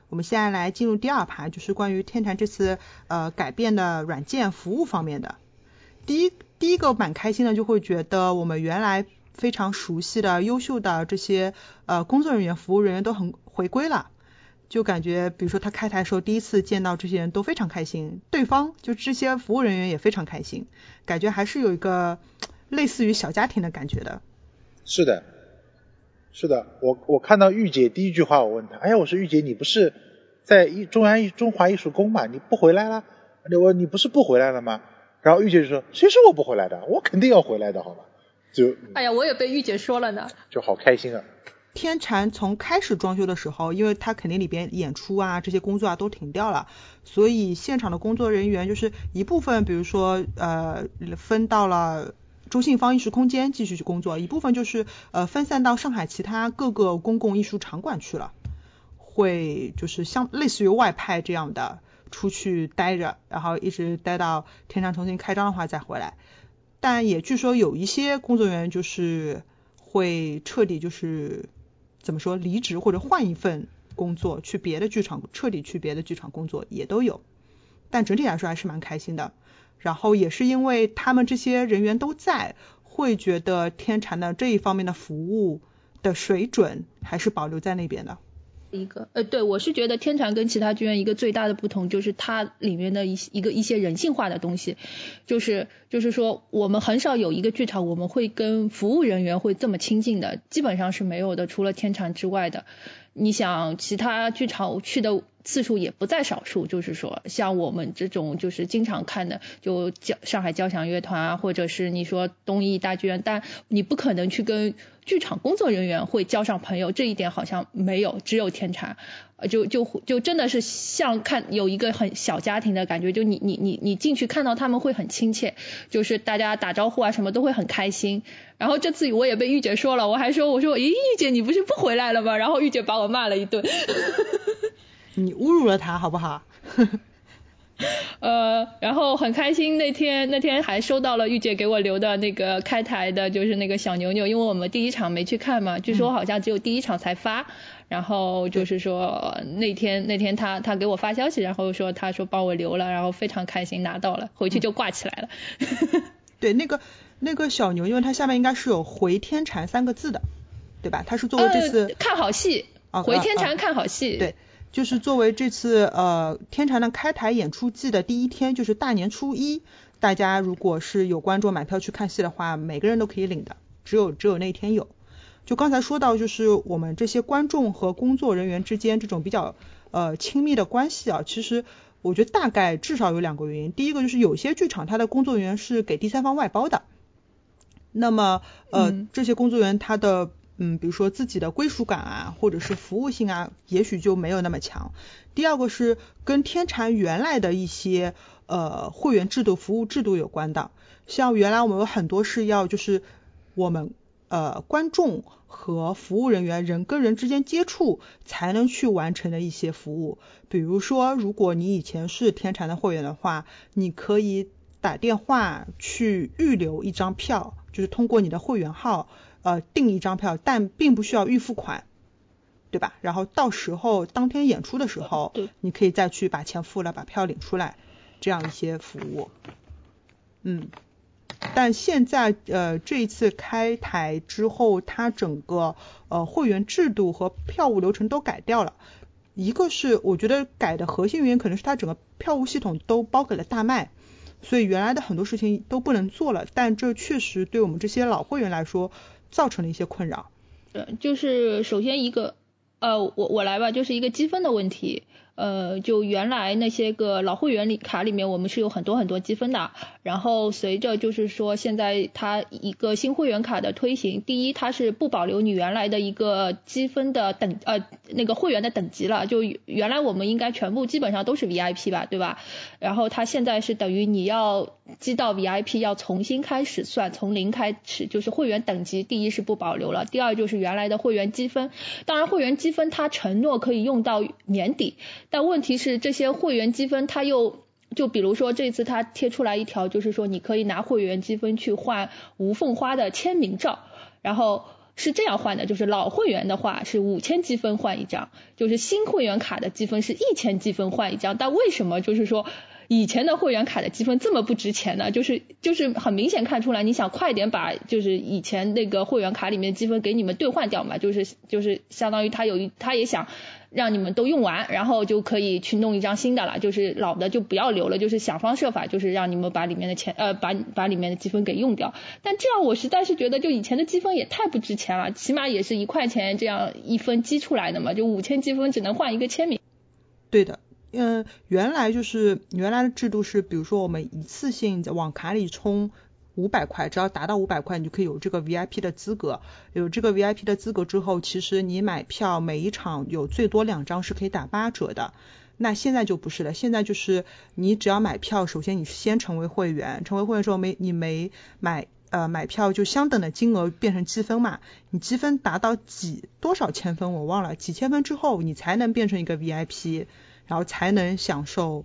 我们现在来进入第二趴，就是关于天蚕这次改变的软件服务方面的。第一个蛮开心的，就会觉得我们原来非常熟悉的优秀的这些工作人员服务人员都很回归了，就感觉比如说他开台的时候第一次见到这些人都非常开心，对方就这些服务人员也非常开心，感觉还是有一个类似于小家庭的感觉的。 是的，我看到玉姐第一句话，我问她，哎呀，我说玉姐，你不是在中华艺术宫嘛，你不回来了？你不是不回来了吗？然后玉姐就说，谁说我不回来的？我肯定要回来的，好吧？ 哎呀，我也被玉姐说了呢， 就好开心啊。 天蚕从开始装修的时候，因为它肯定里边演出啊这些工作啊都停掉了，所以现场的工作人员就是一部分比如说分到了周信芳艺术空间继续去工作，一部分就是分散到上海其他各个公共艺术场馆去了，会就是像类似于外派这样的出去待着，然后一直待到天蚕重新开张的话再回来。但也据说有一些工作人员就是会彻底就是怎么说离职或者换一份工作去别的剧场，彻底去别的剧场工作也都有，但整体来说还是蛮开心的。然后也是因为他们这些人员都在，会觉得天蚕的这一方面的服务的水准还是保留在那边的。 对，我是觉得天蚕跟其他剧院一个最大的不同就是它里面的一些人性化的东西，就是说我们很少有一个剧场我们会跟服务人员会这么亲近的，基本上是没有的，除了天蚕之外的。你想其他剧场去的次数也不在少数，就是说像我们这种就是经常看的，就上海交响乐团啊，或者是你说东艺大剧院，但你不可能去跟剧场工作人员会交上朋友，这一点好像没有，只有天蚕。就真的是像看有一个很小家庭的感觉，就你进去看到他们会很亲切，就是大家打招呼啊什么都会很开心。然后这次我也被玉姐说了，我说咦玉姐你不是不回来了吗？然后玉姐把我骂了一顿。 你侮辱了他好不好？ 然后很开心，那天还收到了玉姐给我留的那个开台的，就是那个小牛牛，因为我们第一场没去看嘛，据说好像只有第一场才发，然后就是说那天他给我发消息，然后他说帮我留了，然后非常开心拿到了，回去就挂起来了。 对，那个小牛牛它下面应该是有回天蚕3个字的，对吧？它是作为这次看好戏，回天蚕看好戏。 对，就是作为这次天蚕的开台演出季的第一天，就是大年初一，大家如果是有观众买票去看戏的话，每个人都可以领的，只有那一天有。就刚才说到，就是我们这些观众和工作人员之间这种比较亲密的关系啊，其实我觉得大概至少有2个原因。第一个就是有些剧场它的工作人员是给第三方外包的，那么这些工作人员他的比如说自己的归属感啊，或者是服务性啊，也许就没有那么强。第二个是跟天蚕原来的一些会员制度、服务制度有关的，像原来我们有很多是要就是我们观众和服务人员人跟人之间接触才能去完成的一些服务。比如说如果你以前是天蚕的会员的话，你可以打电话去预留一张票，就是通过你的会员号订一张票，但并不需要预付款，对吧？然后到时候当天演出的时候，你可以再去把钱付了，把票领出来，这样一些服务。但现在这一次开台之后，它整个会员制度和票务流程都改掉了。一个是我觉得改的核心原因可能是它整个票务系统都包给了大麦，所以原来的很多事情都不能做了，但这确实对我们这些老会员来说造成了一些困扰。 就是首先一个我来吧，就是一个积分的问题。就原来那些个老会员卡里面我们是有很多积分的，然后随着就是说现在它一个新会员卡的推行，第一它是不保留你原来的一个积分的那个会员的等级了，就原来我们应该全部基本上都是 VIP 吧，对吧？然后它现在是等于你要积到 VIP 要重新开始算，从0开始，就是会员等级第一是不保留了，第二就是原来的会员积分，当然会员积分它承诺可以用到年底，但问题是这些会员积分它又就比如说这次他贴出来一条，就是说你可以拿会员积分去换吴凤花的签名照，然后是这样换的，就是老会员的话是5000积分换一张，就是新会员卡的积分是1000积分换一张。但为什么就是说以前的会员卡的积分这么不值钱呢？就是很明显看出来，你想快点把就是以前那个会员卡里面的积分给你们兑换掉嘛，就是相当于他也想让你们都用完，然后就可以去弄一张新的了，就是老的就不要留了，就是想方设法就是让你们把里面的钱把里面的积分给用掉。但这样我实在是觉得就以前的积分也太不值钱了，起码也是1块钱这样一分积出来的嘛，就5000积分只能换一个签名。 对的。原来的制度是，比如说我们一次性往卡里充500块，只要达到500块，你就可以有这个 VIP 的资格。有这个 VIP 的资格之后，其实你买票每一场有最多2张是可以打8折的。那现在就不是了，现在就是你只要买票，首先你先成为会员，成为会员之后你没买票就相等的金额变成积分嘛，你积分达到多少千分我忘了，几千分之后你才能变成一个 VIP， 然后才能享受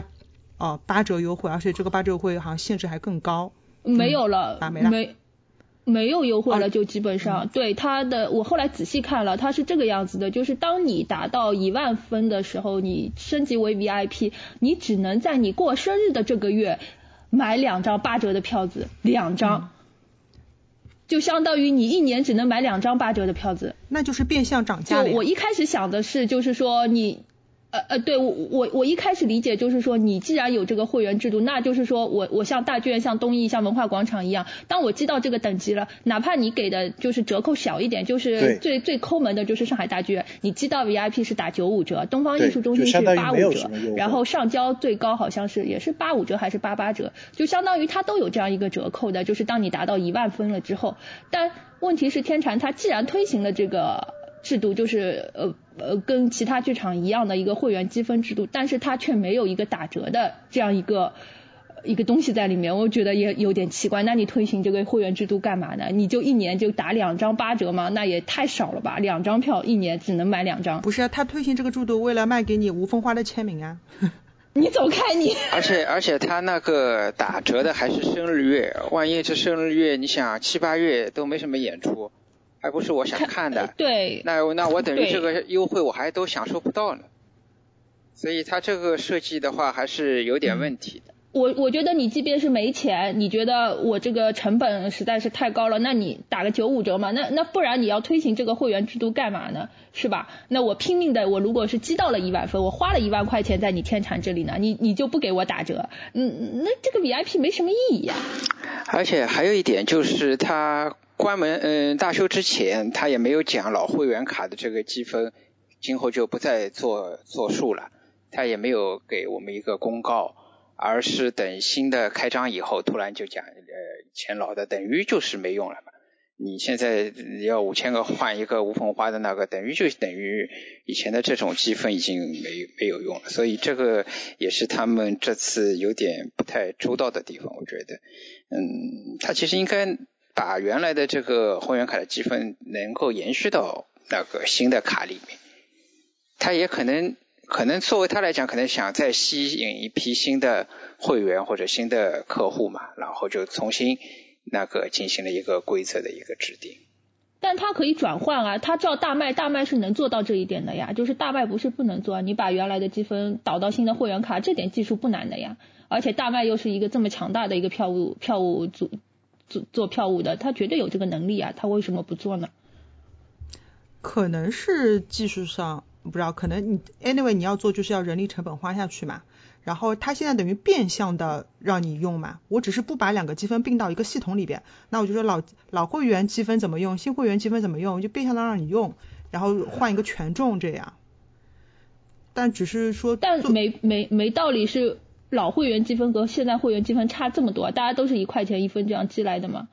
8折优惠，而且这个8折优惠好像限制还更高。 没有了，没有优惠了，就基本上对它的，我后来仔细看了，它是这个样子的，就是当你达到10000分的时候，你升级为 VIP， 你只能在你过生日的这个月买2张8折的票子，2张。就相当于你1年只能买2张8折的票子， 那就是变相涨价了。 就我一开始想的是，就是说你对，我一开始理解就是说，你既然有这个会员制度，那就是说我像大剧院、像东艺、像文化广场一样，当我积到这个等级了，哪怕你给的就是折扣小一点，就是最抠门的就是上海大剧院，你积到 VIP 是打95折，东方艺术中心是85折，然后上交最高好像是也是85折还是88折，就相当于它都有这样一个折扣的，就是当你达到10000分了之后。但问题是天蟾它既然推行了这个制度，就是跟其他剧场一样的一个会员积分制度，但是它却没有一个打折的这样一个东西在里面，我觉得也有点奇怪。那你推行这个会员制度干嘛呢？你就1年就打2张8折吗？那也太少了吧，2张票1年只能买2张。 不是啊，他推行这个制度为了卖给你吴凤花的签名啊。 你走开你！ 而且他那个打折的还是生日月，万一这生日月你想7、8月都没什么演出，还不是我想看的， 对， 那我等于这个优惠我还都享受不到呢，所以他这个设计的话还是有点问题的。 我觉得你即便是没钱，你觉得我这个成本实在是太高了，那你打个95折嘛，那不然你要推行这个会员制度干嘛呢？是吧？那我拼命的，我如果是积到了10000分，我花了1万块钱在你天蟾这里呢，你就不给我打折，那这个 VIP 没什么意义啊。 而且还有一点就是他关门大修之前，他也没有讲老会员卡的这个积分今后就不再作数了，他也没有给我们一个公告，而是等新的开张以后突然就讲以前老的等于就是没用了嘛。你现在要5000个换一个吴凤花的那个，等于以前的这种积分已经没有用了，所以这个也是他们这次有点不太周到的地方，我觉得。他其实应该把原来的这个会员卡的积分能够延续到那个新的卡里面。他也可能作为他来讲，可能想再吸引一批新的会员或者新的客户嘛，然后就重新那个进行了一个规则的一个制定。 但它可以转换啊，它照大麦是能做到这一点的呀，就是大麦不是不能做，你把原来的积分导到新的会员卡，这点技术不难的呀。而且大麦又是一个这么强大的一个票务做票务的，他绝对有这个能力啊，他为什么不做呢？ 可能是技术上不知道，可能你 anyway 你要做就是要人力成本花下去嘛，然后他现在等于变相的让你用嘛，我只是不把2个积分并到一个系统里边，那我就说老会员积分怎么用，新会员积分怎么用，就变相的让你用，然后换一个权重这样。但只是说， 但没道理是老会员积分和现在会员积分差这么多，大家都是1块钱1分这样积来的嘛。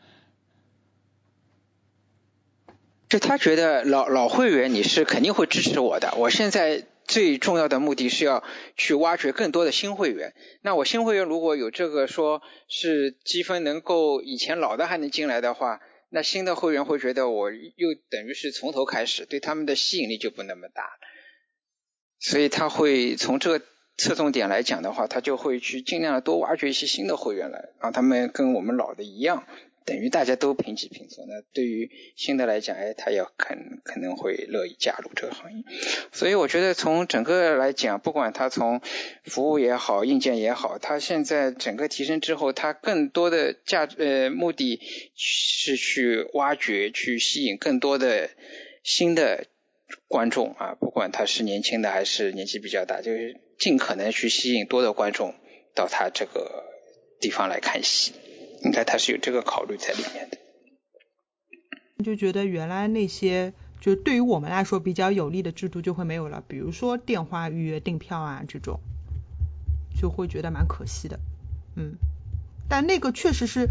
就他觉得老会员你是肯定会支持我的，我现在最重要的目的是要去挖掘更多的新会员，那我新会员如果有这个说是积分能够以前老的还能进来的话，那新的会员会觉得我又等于是从头开始，对他们的吸引力就不那么大，所以他会从这个侧重点来讲的话，他就会去尽量的多挖掘一些新的会员来，让他们跟我们老的一样等于大家都平起平坐。那对于新的来讲，他也可能会乐意加入这个行业。所以我觉得从整个来讲，不管他从服务也好，硬件也好，他现在整个提升之后，他更多的目的是去挖掘、去吸引更多的新的观众啊，不管他是年轻的还是年纪比较大，就是尽可能去吸引多的观众到他这个地方来看戏，应该他是有这个考虑在里面的。 就觉得原来那些就对于我们来说比较有利的制度就会没有了，比如说电话预约订票啊这种，就会觉得蛮可惜的。但那个确实是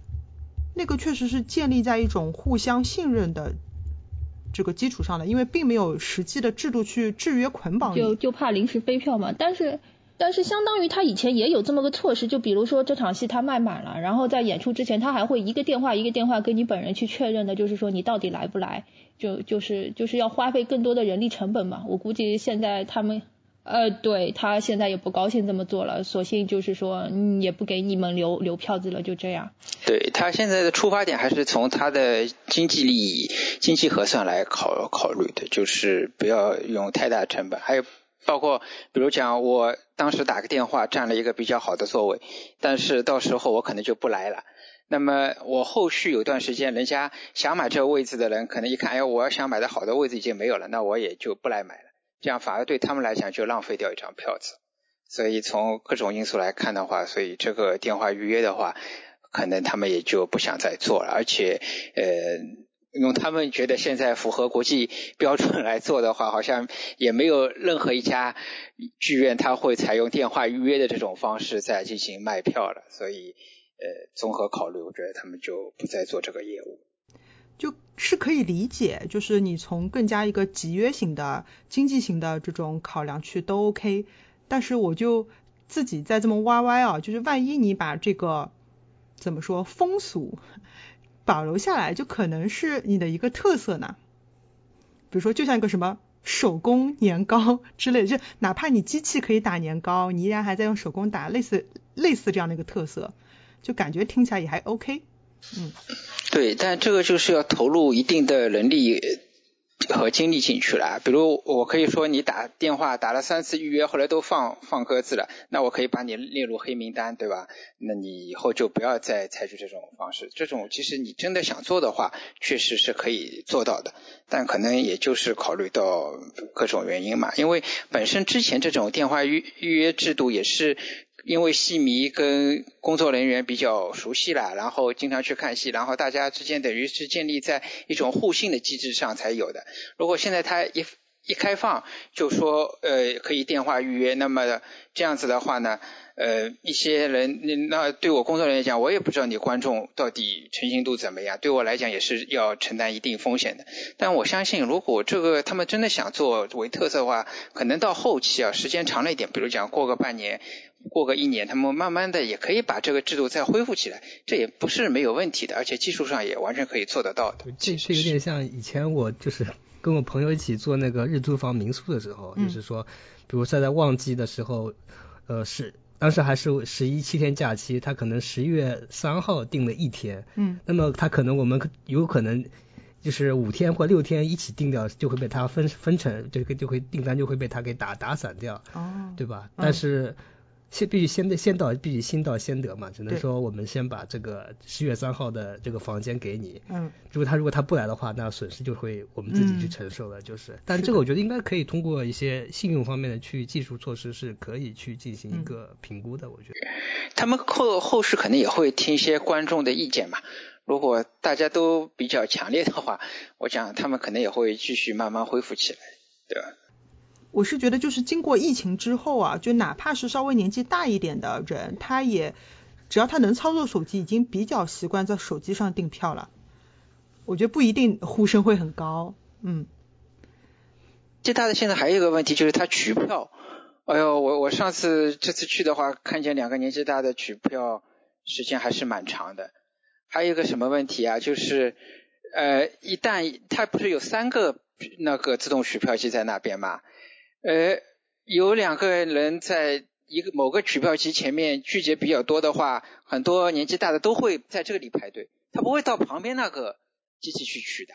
建立在一种互相信任的这个基础上的，因为并没有实际的制度去制约捆绑你， 就怕临时飞票嘛。但是相当于他以前也有这么个措施，就比如说这场戏他卖满了，然后在演出之前他还会一个电话跟你本人去确认的，就是说你到底来不来，就是要花费更多的人力成本嘛。我估计现在他们对，他现在也不高兴这么做了，索性就是说也不给你们留票子了，就这样。 对，他现在的出发点还是从他的经济利益、经济核算来考虑的，就是不要用太大成本。还有包括比如讲我当时打个电话占了一个比较好的座位，但是到时候我可能就不来了，那么我后续有段时间人家想买这个位置的人可能一看，我要想买的好的位置已经没有了，那我也就不来买了，这样反而对他们来讲就浪费掉一张票子。所以从各种因素来看的话，所以这个电话预约的话可能他们也就不想再做了，而且用他们觉得现在符合国际标准来做的话，好像也没有任何一家剧院他会采用电话预约的这种方式在进行卖票了，所以综合考虑，我觉得他们就不再做这个业务。 就是可以理解，就是你从更加一个集约型的经济型的这种考量去都 OK， 但是我就自己在这么歪啊，就是万一你把这个怎么说风俗保留下来，就可能是你的一个特色呢。比如说就像一个什么手工年糕之类的，就哪怕你机器可以打年糕，你依然还在用手工打，类似这样的一个特色，就感觉听起来也还 OK。 对，但这个就是要投入一定的人力和精力进去了。比如我可以说你打电话打了3次预约，后来都放鸽子了，那我可以把你列入黑名单，对吧？那你以后就不要再采取这种方式。这种其实你真的想做的话，确实是可以做到的，但可能也就是考虑到各种原因嘛。因为本身之前这种电话预约制度也是因为戏迷跟工作人员比较熟悉了，然后经常去看戏，然后大家之间等于是建立在一种互信的机制上才有的。如果现在他一开放就说可以电话预约，那么这样子的话呢一些人，那对我工作人员讲，我也不知道你观众到底诚信度怎么样，对我来讲也是要承担一定风险的。但我相信如果这个他们真的想做为特色的话，可能到后期时间长了一点，比如讲过个半年过个1年，他们慢慢的也可以把这个制度再恢复起来，这也不是没有问题的，而且技术上也完全可以做得到的。 这有点像以前我就是跟我朋友一起做那个日租房民宿的时候，就是说比如说在旺季的时候当时还是7天假期，他可能11月3号订了1天，那么我们有可能就是5天或6天一起订掉，就会被他分成，就会订单就会被他给打散掉，对吧？但是必须先到先得嘛，只能说我们先把这个10月3号的这个房间给你，如果他不来的话，那损失就会我们自己去承受了，但这个我觉得应该可以通过一些信用方面的技术措施是可以去进行一个评估的，我觉得他们后续可能也会听一些观众的意见嘛，如果大家都比较强烈的话，我想他们可能也会继续慢慢恢复起来，对吧？ 我是觉得就是经过疫情之后啊，就哪怕是稍微年纪大一点的人，他也只要他能操作手机，已经比较习惯在手机上订票了。我觉得不一定呼声会很高。 最大的现在还有一个问题就是他取票，我这次去的话，看见2个年纪大的取票时间还是蛮长的。还有一个什么问题啊，就是一旦他不是有3个那个自动取票机在那边嘛，有2个人在某个取票机前面聚集比较多的话，很多年纪大的都会在这里排队， 他不会到旁边那个机器去取的。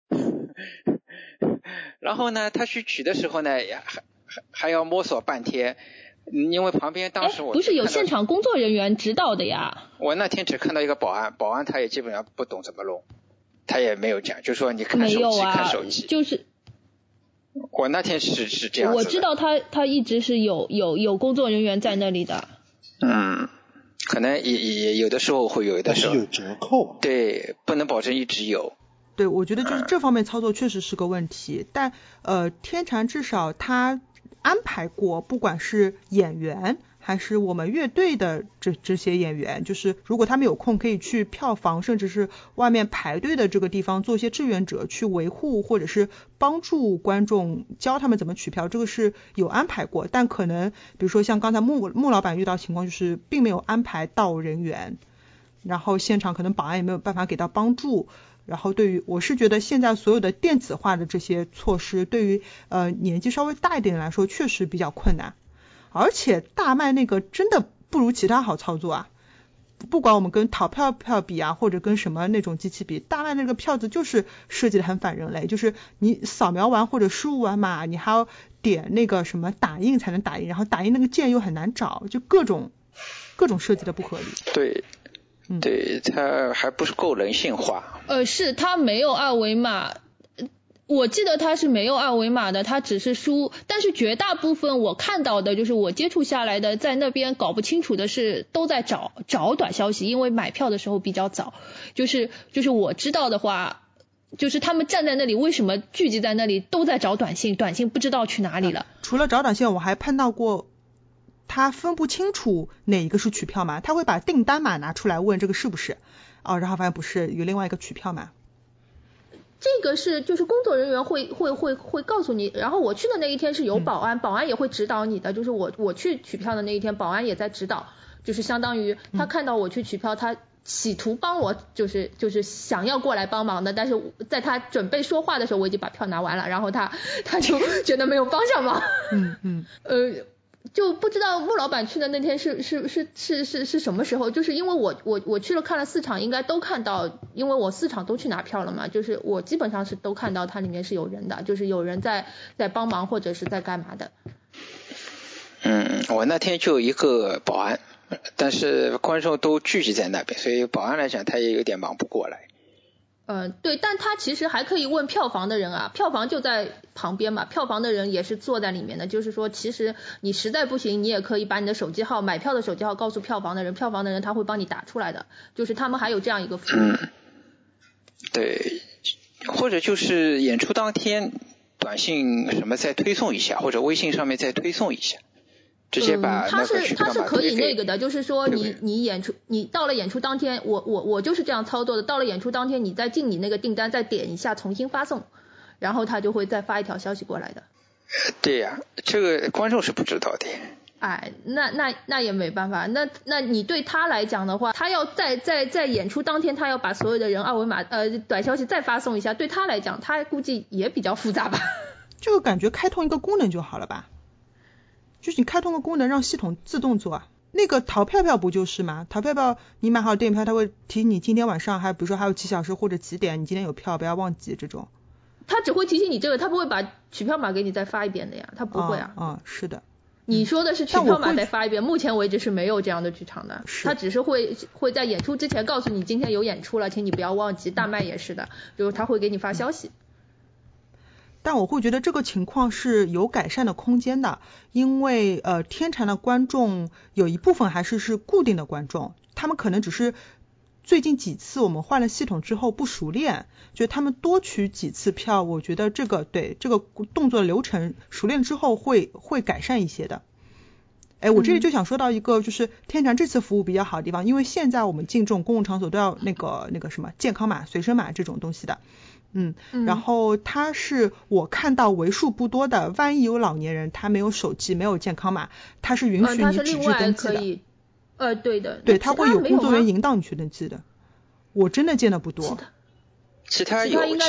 然后呢，他去取的时候呢，还要摸索半天，因为旁边当时我不是有现场工作人员指导的呀。 我那天只看到一个保安他也基本上不懂怎么弄，他也没有讲，就说你看手机， 没有啊， 看手机。就是我那天是这样子的。 我知道他一直是有工作人员在那里的。 可能也有的时候会有的时候， 但是有折扣。 对，不能保证一直有。 对，我觉得就是这方面操作确实是个问题，但天蟾至少他安排过，不管是演员还是我们乐队的这些演员，就是如果他们有空可以去票房甚至是外面排队的这个地方做一些志愿者，去维护或者是帮助观众，教他们怎么取票，这个是有安排过。但可能比如说像刚才穆老板遇到情况，就是并没有安排到人员，然后现场可能保安也没有办法给到帮助。然后我是觉得现在所有的电子化的这些措施，对于年纪稍微大一点来说确实比较困难。而且大麦那个真的不如其他好操作啊，不管我们跟淘票比啊，或者跟什么那种机器比，大麦那个票子就是设计的很反人类，就是你扫描完或者输入完码，你还要点那个什么打印才能打印，然后打印那个键又很难找，就各种设计的不合理。 对，对，它还不是够人性化。 是它没有二维码，我记得它是没有二维码的，它只是输。但是绝大部分我看到的，就是我接触下来的，在那边搞不清楚的是都在找短消息，因为买票的时候比较早。就是我知道的话，就是他们站在那里，为什么聚集在那里都在找短信不知道去哪里了。 除了找短信，我还碰到过他分不清楚哪一个是取票码，他会把订单码拿出来问这个是不是，然后发现不是，有另外一个取票码。 这个是就是工作人员会告诉你，然后我去的那一天是有保安，保安也会指导你的，就是我去取票的那一天，保安也在指导，就是相当于他看到我去取票，他企图帮我，就是想要过来帮忙的，但是在他准备说话的时候，我已经把票拿完了，然后他就觉得没有帮上忙。就不知道穆老板去的那天是什么时候，就是因为我去了看了4场，应该都看到，因为我4场都去拿票了嘛，就是我基本上是都看到它里面是有人的，就是有人在帮忙或者是在干嘛的。 我那天就一个保安，但是观众都聚集在那边，所以保安来讲他也有点忙不过来。 对，但他其实还可以问票房的人啊，票房就在旁边嘛，票房的人也是坐在里面的，就是说其实你实在不行，你也可以把你的手机号，买票的手机号告诉票房的人，票房的人他会帮你打出来的，就是他们还有这样一个服务。 对，或者就是演出当天短信什么再推送一下，或者微信上面再推送一下。直接把那个取票码他是可以那个的，就是说你演出，你到了演出当天，我就是这样操作的，到了演出当天，你再进你那个订单，再点一下重新发送，然后他就会再发一条消息过来的。 对呀，这个观众是不知道的。 那也没办法，那你对他来讲的话，他要在演出当天，他要把所有的人二维码短消息再发送一下，对他来讲，他估计也比较复杂吧。 这个感觉开通一个功能就好了吧？就是你开通个功能让系统自动做啊，那个淘票不就是吗？淘票你买好电影票，他会提你今天晚上比如说还有几小时或者几点，你今天有票不要忘记这种。 他只会提醒你这个，他不会把取票码给你再发一遍的呀，他不会啊。 是的。 你说的是取票码再发一遍，目前为止是没有这样的剧场的，他只是会在演出之前告诉你今天有演出了，请你不要忘记。大麦也是的，就是他会给你发消息。 但我会觉得这个情况是有改善的空间的，因为天蟾的观众有一部分还是固定的观众，他们可能只是最近几次我们换了系统之后不熟练，就他们多取几次票，我觉得这个动作流程熟练之后会改善一些的。我这里就想说到一个就是天蟾这次服务比较好的地方，因为现在我们进这种公共场所都要那个什么健康码、随身码这种东西的。然后它是我看到为数不多的，万一有老年人他没有手机没有健康码，他是允许你纸质登记的。 对的， 对，他会有工作人员引导你去登记的。我真的见的不多。 其他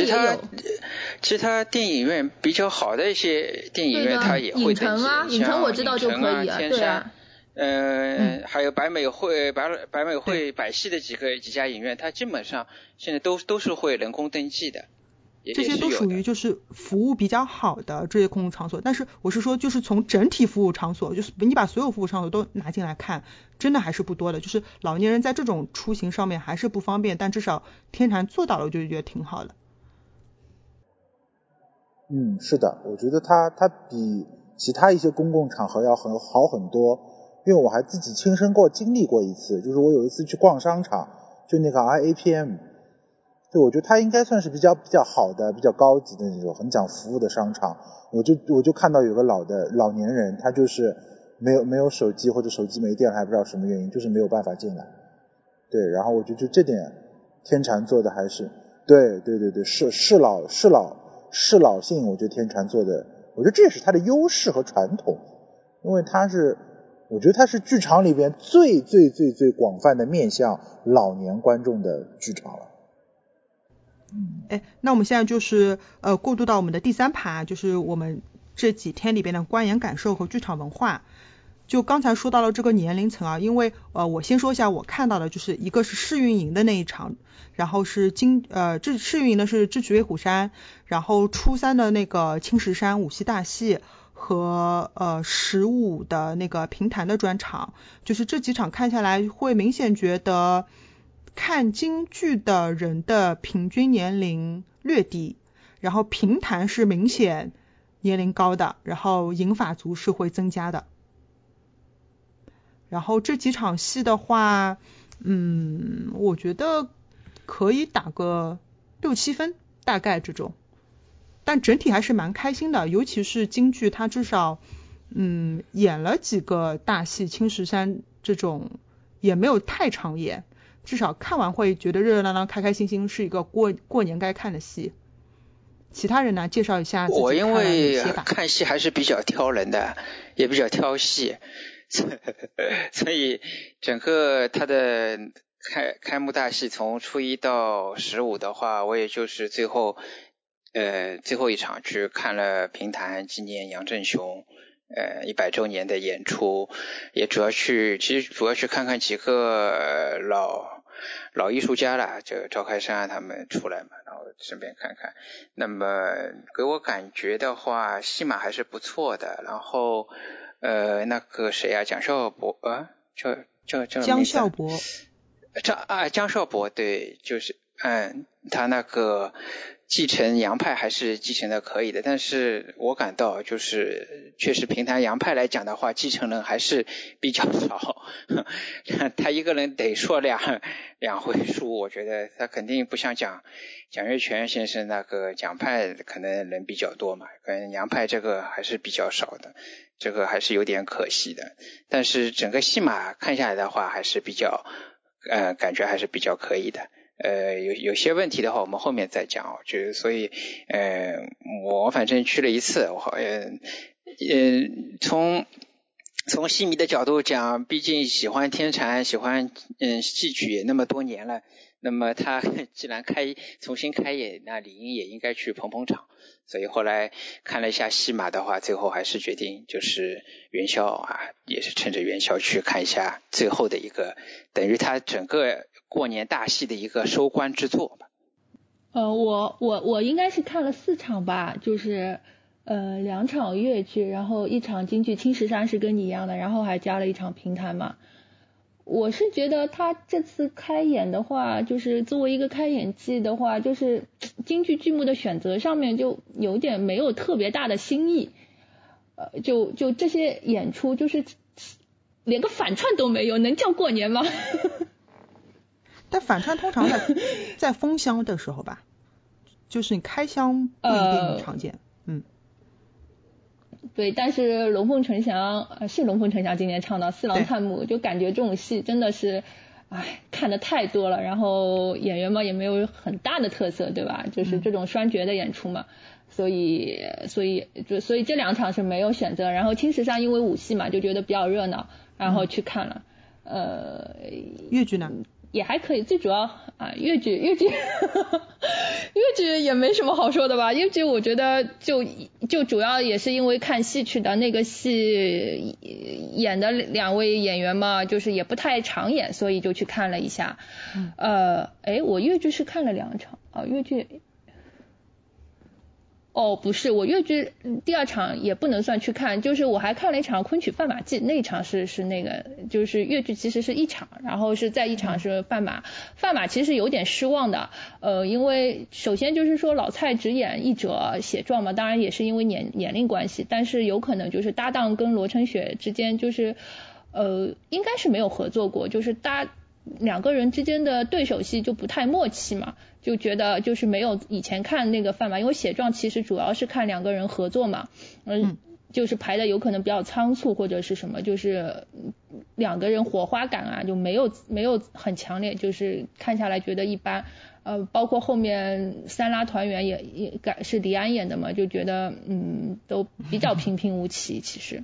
电影院比较好的一些电影院，它也会登记。 影城我知道就可以啊，对啊。 还有百美汇百戏的几家影院，它基本上现在都是会人工登记的。 这些都属于就是服务比较好的这些公共场所，但是我是说就是从整体服务场所，就是你把所有服务场所都拿进来看，真的还是不多的，就是老年人在这种出行上面还是不方便，但至少天坛做到了，我就觉得挺好的。 是的，我觉得它比其他一些公共场合要好很多，因为我还自己亲身经历过一次，就是我有一次去逛商场，就那个 IAPM， 对，我觉得它应该算是比较好的、比较高级的那种很讲服务的商场。我就看到有个老年人，他就是没有手机，或者手机没电了，还不知道什么原因，就是没有办法进来。对，然后我觉得就这点天坛做的还是对，适老性，我觉得天坛做的，我觉得这也是它的优势和传统，因为我觉得它是剧场里边最广泛的面向老年观众的剧场了。 那我们现在就是过渡到我们的第3趴，就是我们这几天里边的观演感受和剧场文化。就刚才说到了这个年龄层啊，因为我先说一下我看到的，就是一个是试运营的那一场，然后是这试运营的是智取威虎山，然后初3的那个青石山舞戏大戏和15的那个评弹的专场，就是这几场看下来会明显觉得看京剧的人的平均年龄略低，然后评弹是明显年龄高的，然后银发族是会增加的。然后这几场戏的话，我觉得可以打个6、7分，大概这种。但整体还是蛮开心的，尤其是京剧，它至少演了几个大戏，青石山这种也没有太常演，至少看完会觉得热热闹闹、开开心心，是一个过年该看的戏。其他人呢，介绍一下自己看了哪些吧。 我因为看戏还是比较挑人的，也比较挑戏。所以整个他的开幕大戏从初1到15的话，我也就是最后一场去看了评弹纪念杨振雄100周年的演出，也主要去看看几个老艺术家啦，就赵开山他们出来嘛，然后顺便看看。那么给我感觉的话，戏码还是不错的，然后那个谁啊，蒋少伯叫江少伯， 江少伯，对，就是他那个继承杨派还是继承的可以的，但是我感到就是确实评弹杨派来讲的话，继承人还是比较少，他一个人得说两回数，我觉得他肯定不像蒋月泉先生那个蒋派可能人比较多嘛，可能杨派这个还是比较少的，这个还是有点可惜的。但是整个戏码看下来的话，还是比较感觉还是比较可以的。有些问题的话我们后面再讲，就所以我反正去了一次，我从戏迷的角度讲，毕竟喜欢天蟾，喜欢戏曲也那么多年了，那么他既然重新开演，那理应也应该去捧场。所以后来看了一下戏码的话，最后还是决定就是元宵啊，也是趁着元宵去看一下最后的一个等于他整个过年大戏的一个收官之作吧。 我应该是看了4场吧，就是2场粤剧，然后1场京剧，青石山是跟你一样的，然后还加了1场评弹嘛。我是觉得他这次开演的话，就是作为一个开演季的话，就是京剧剧目的选择上面就有点没有特别大的新意，就这些演出就是连个反串都没有，能叫过年吗？ 但反串通常在封箱的时候吧，就是你开箱不一定常见。 对，但是龙凤呈祥是龙凤呈祥今年唱到四郎探母，就感觉这种戏真的是看的太多了，然后演员嘛也没有很大的特色，对吧？就是这种双角的演出嘛，所以这2场是没有选择，然后青石山因为武戏嘛就觉得比较热闹，然后去看了。 粤剧呢？ 也还可以，最主要啊，越剧越剧也没什么好说的吧。越剧我觉得就主要也是因为看戏去的，那个戏演的2位演员嘛，就是也不太常演，所以就去看了一下。我越剧是看了2场啊，越剧。不是，我越剧第2场也不能算去看，就是我还看了一场昆曲范马记，那一场是那个，就是越剧其实是1场，然后是在1场是范马其实是有点失望的，因为首先就是说老蔡只演译者写状嘛，当然也是因为年龄关系，但是有可能就是搭档跟罗成雪之间就是应该是没有合作过，就是2个人之间的对手戏就不太默契嘛，就觉得就是没有以前看那个范马，因为写状其实主要是看2个人合作嘛，就是排的有可能比较仓促或者是什么，就是2个人火花感啊就没有很强烈，就是看下来觉得一般。包括后面3拉团圆也是李安演的嘛，就觉得都比较平平无奇其实。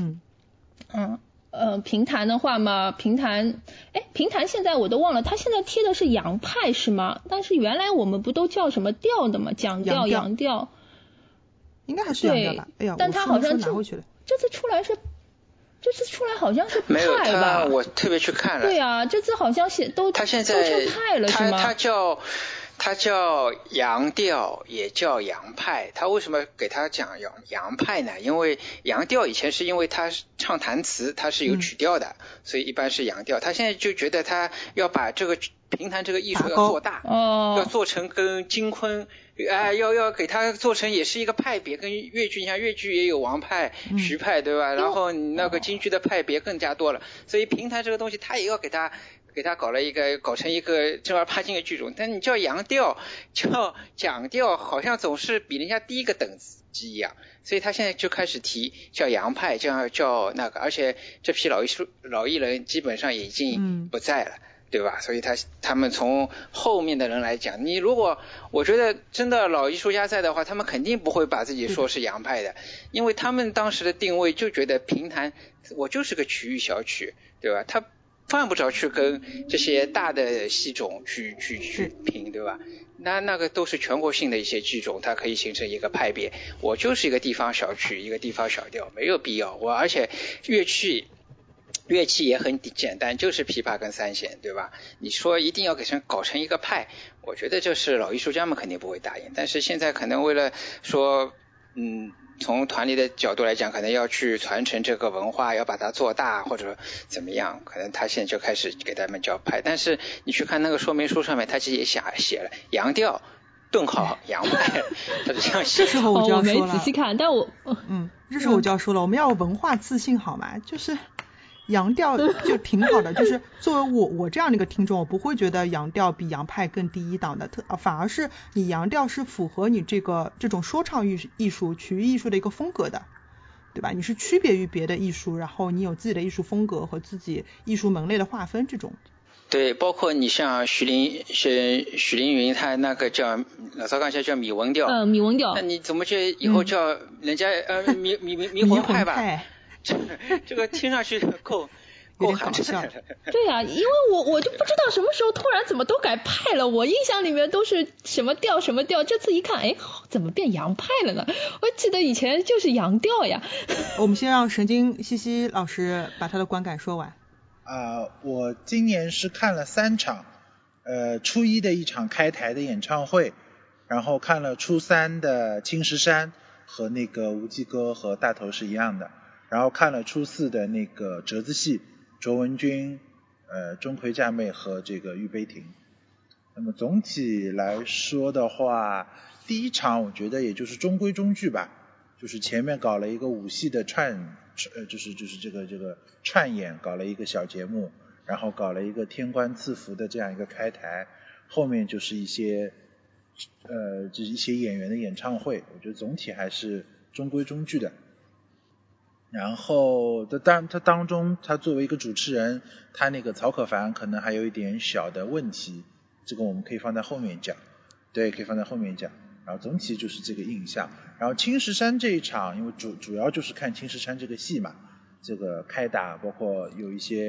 评弹的话嘛，评弹现在我都忘了，他现在贴的是杨派是吗？但是原来我们不都叫什么调的吗？讲调、杨调， 应该还是杨调吧？哎呀， 但他好像这次出来好像是派吧？ 没有他，我特别去看了。 对啊，这次好像他现在都成派了是吗？ 他叫杨调，也叫杨派。他为什么给他讲杨派呢？因为杨调以前是因为他唱弹词，他是有曲调的，所以一般是杨调。他现在就觉得他要把这个评弹这个艺术要做大，要做成跟京昆要给他做成也是一个派别，跟越剧，你像越剧也有王派、徐派，对吧？然后那个京剧的派别更加多了，所以评弹这个东西他也要给他搞成一个正儿八经的剧种。但你叫杨调、叫讲调，好像总是比人家低一个等级一样，所以他现在就开始提叫杨派，叫那个，而且这批老艺人基本上已经不在了。对吧？所以他们从后面的人来讲，你如果我觉得真的老艺术家在的话，他们肯定不会把自己说是洋派的，因为他们当时的定位就觉得评弹我就是个曲艺小曲，对吧？他犯不着去跟这些大的戏种去评，对吧？那个都是全国性的一些剧种，它可以形成一个派别。我就是一个地方小曲，一个地方小调，没有必要。而且乐器也很简单，就是琵琶跟3弦，对吧？你说一定要搞成一个派，我觉得就是老艺术家们肯定不会答应。但是现在可能为了说，从团里的角度来讲，可能要去传承这个文化，要把它做大或者怎么样，可能他现在就开始给他们叫派。但是你去看那个说明书上面，他其实也写了洋调。顿号洋派，他就这样写。 这时候我就要说了， 我没仔细看，但我这时候我就要说了，我们要文化自信好吗？就是洋调就挺好的，就是作为我这样的一个听众，我不会觉得洋调比洋派更低一档的，反而是你洋调是符合你这种说唱艺术、曲艺艺术的一个风格的，对吧？你是区别于别的艺术，然后你有自己的艺术风格和自己艺术门类的划分这种。 对，包括你像许凌云，他那个叫老早刚才叫米文调， 米文调， 那你怎么就以后叫人家迷魂派吧？这个听上去够寒碜的。 对啊，因为我就不知道什么时候突然怎么都改派了，我印象里面都是什么调什么调，这次一看，怎么变洋派了呢？我记得以前就是洋调呀。 我们先让神经西西老师把他的观感说完。 我今年是看了3场，初一的一场开台的演唱会，然后看了初3的青石山和那个无忌歌和大头是一样的，然后看了初4的那个折子戏，卓文君、钟馗嫁妹和这个玉杯亭。那么总体来说的话，第一场我觉得也就是中规中矩吧，就是前面搞了一个武戏的就是这个串演，搞了一个小节目，然后搞了一个天官赐福的这样一个开台，后面就是一些演员的演唱会，我觉得总体还是中规中矩的。然后他当中他作为一个主持人，他那个曹可凡可能还有一点小的问题，这个我们可以放在后面讲，对，可以放在后面讲。然后总体就是这个印象。然后青石山这一场，因为主要就是看青石山这个戏嘛，这个开打包括有一些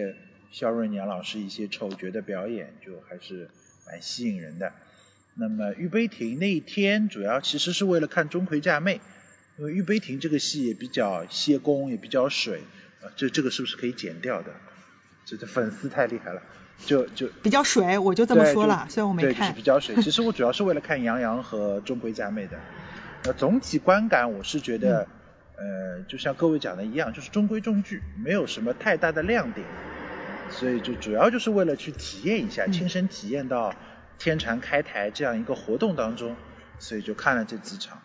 肖润年老师一些丑角的表演，就还是蛮吸引人的。那么玉杯亭那一天主要其实是为了看钟馗嫁妹，因为玉杯亭这个戏也比较歇工，也比较水，这个是不是可以剪掉的？这粉丝太厉害了，就比较水，我就这么说了，虽然我没看。 对，就是比较水。其实我主要是为了看杨洋和钟馗嫁妹的。总体观感我是觉得，就像各位讲的一样，就是中规中矩，没有什么太大的亮点，所以就主要就是为了去体验一下，亲身体验到天蟾开台这样一个活动当中，所以就看了这几场。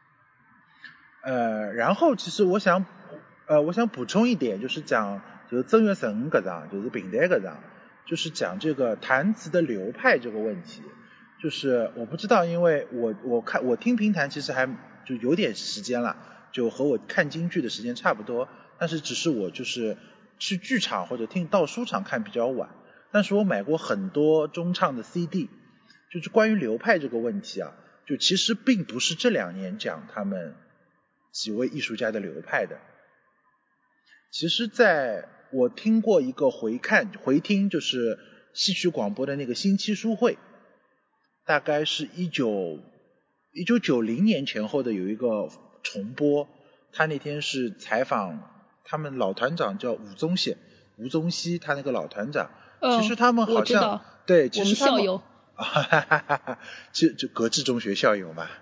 然后其实我想补充一点，就是讲就是正月15搿场，就是平台搿场，就是讲这个弹词的流派这个问题。就是我不知道，因为我听评弹其实还就有点时间了，就和我看京剧的时间差不多，但是只是我就是去剧场或者到书场看比较晚，但是我买过很多中唱的 CD， 就是关于流派这个问题啊，就其实并不是这2年讲他们几位艺术家的流派的。其实在我听过一个回听，就是戏曲广播的那个星期书会，大概是1990年前后的有一个重播，他那天是采访他们老团长叫吴宗熙，他那个老团长，其实他们好像对，其实他们我们校友， 就格致中学校友嘛。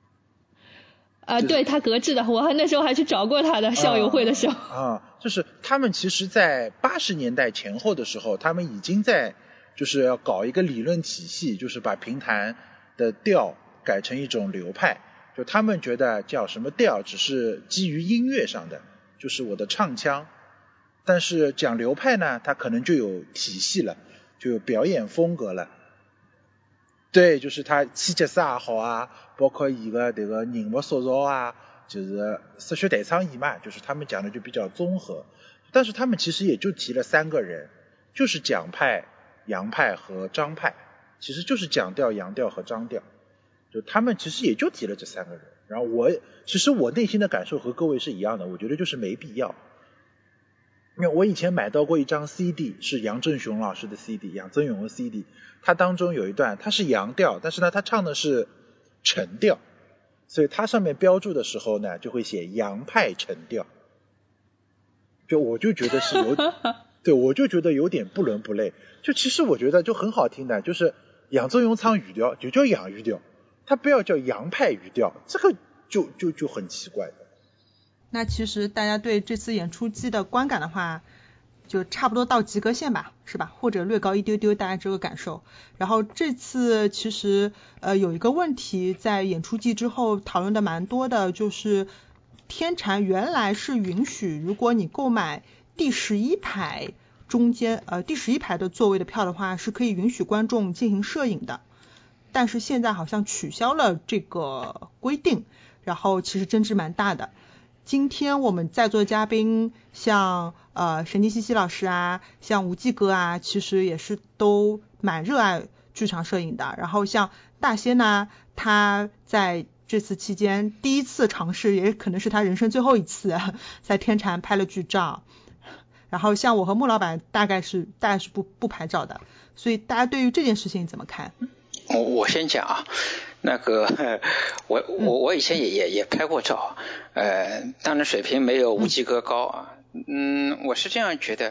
对，他格致的，我那时候还去找过他的校友会的时候。 就是他们其实在80年代前后的时候，他们已经在就是要搞一个理论体系，就是把评弹的调改成一种流派，就他们觉得叫什么调只是基于音乐上的，就是我的唱腔，但是讲流派呢，它可能就有体系了，就有表演风格了。对，就是他气节也好啊，包括伊个这个人物塑造啊，就是色学台唱演嘛，就是他们讲的就比较综合。但是他们其实也就提了3个人，就是蒋派、杨派和张派，其实就是蒋调、杨调和张调，就他们其实也就提了这3个人。然后其实我内心的感受和各位是一样的，我觉得就是没必要。因为我以前买到过一张 CD， 是杨振雄老师的 CD， 杨振勇的 CD， 它当中有一段，它是杨调，但是呢，它唱的是陈调，所以它上面标注的时候呢，就会写杨派陈调，我就觉得是对，我就觉得有点不伦不类。就其实我觉得就很好听的，就是杨振勇唱语调就叫杨语调，他不要叫杨派语调，这个就很奇怪的。 那其实大家对这次演出季的观感的话，就差不多到及格线吧，是吧？或者略高一丢丢，大家这个感受。然后这次其实有一个问题在演出季之后讨论的蛮多的，就是天蟾原来是允许，如果你购买第11排中间第11排的座位的票的话，是可以允许观众进行摄影的，但是现在好像取消了这个规定，然后其实争执蛮大的。今天我们在座的嘉宾像神经西西老师啊，像吴继哥啊，其实也是都蛮热爱剧场摄影的。然后像大仙呢，他在这次期间第一次尝试，也可能是他人生最后一次在天蟾拍了剧照。然后像我和穆老板大概是不拍照的，所以大家对于这件事情怎么看？ 我先讲啊，那个我以前也拍过照，当然水平没有吴继哥高啊。我是这样觉得，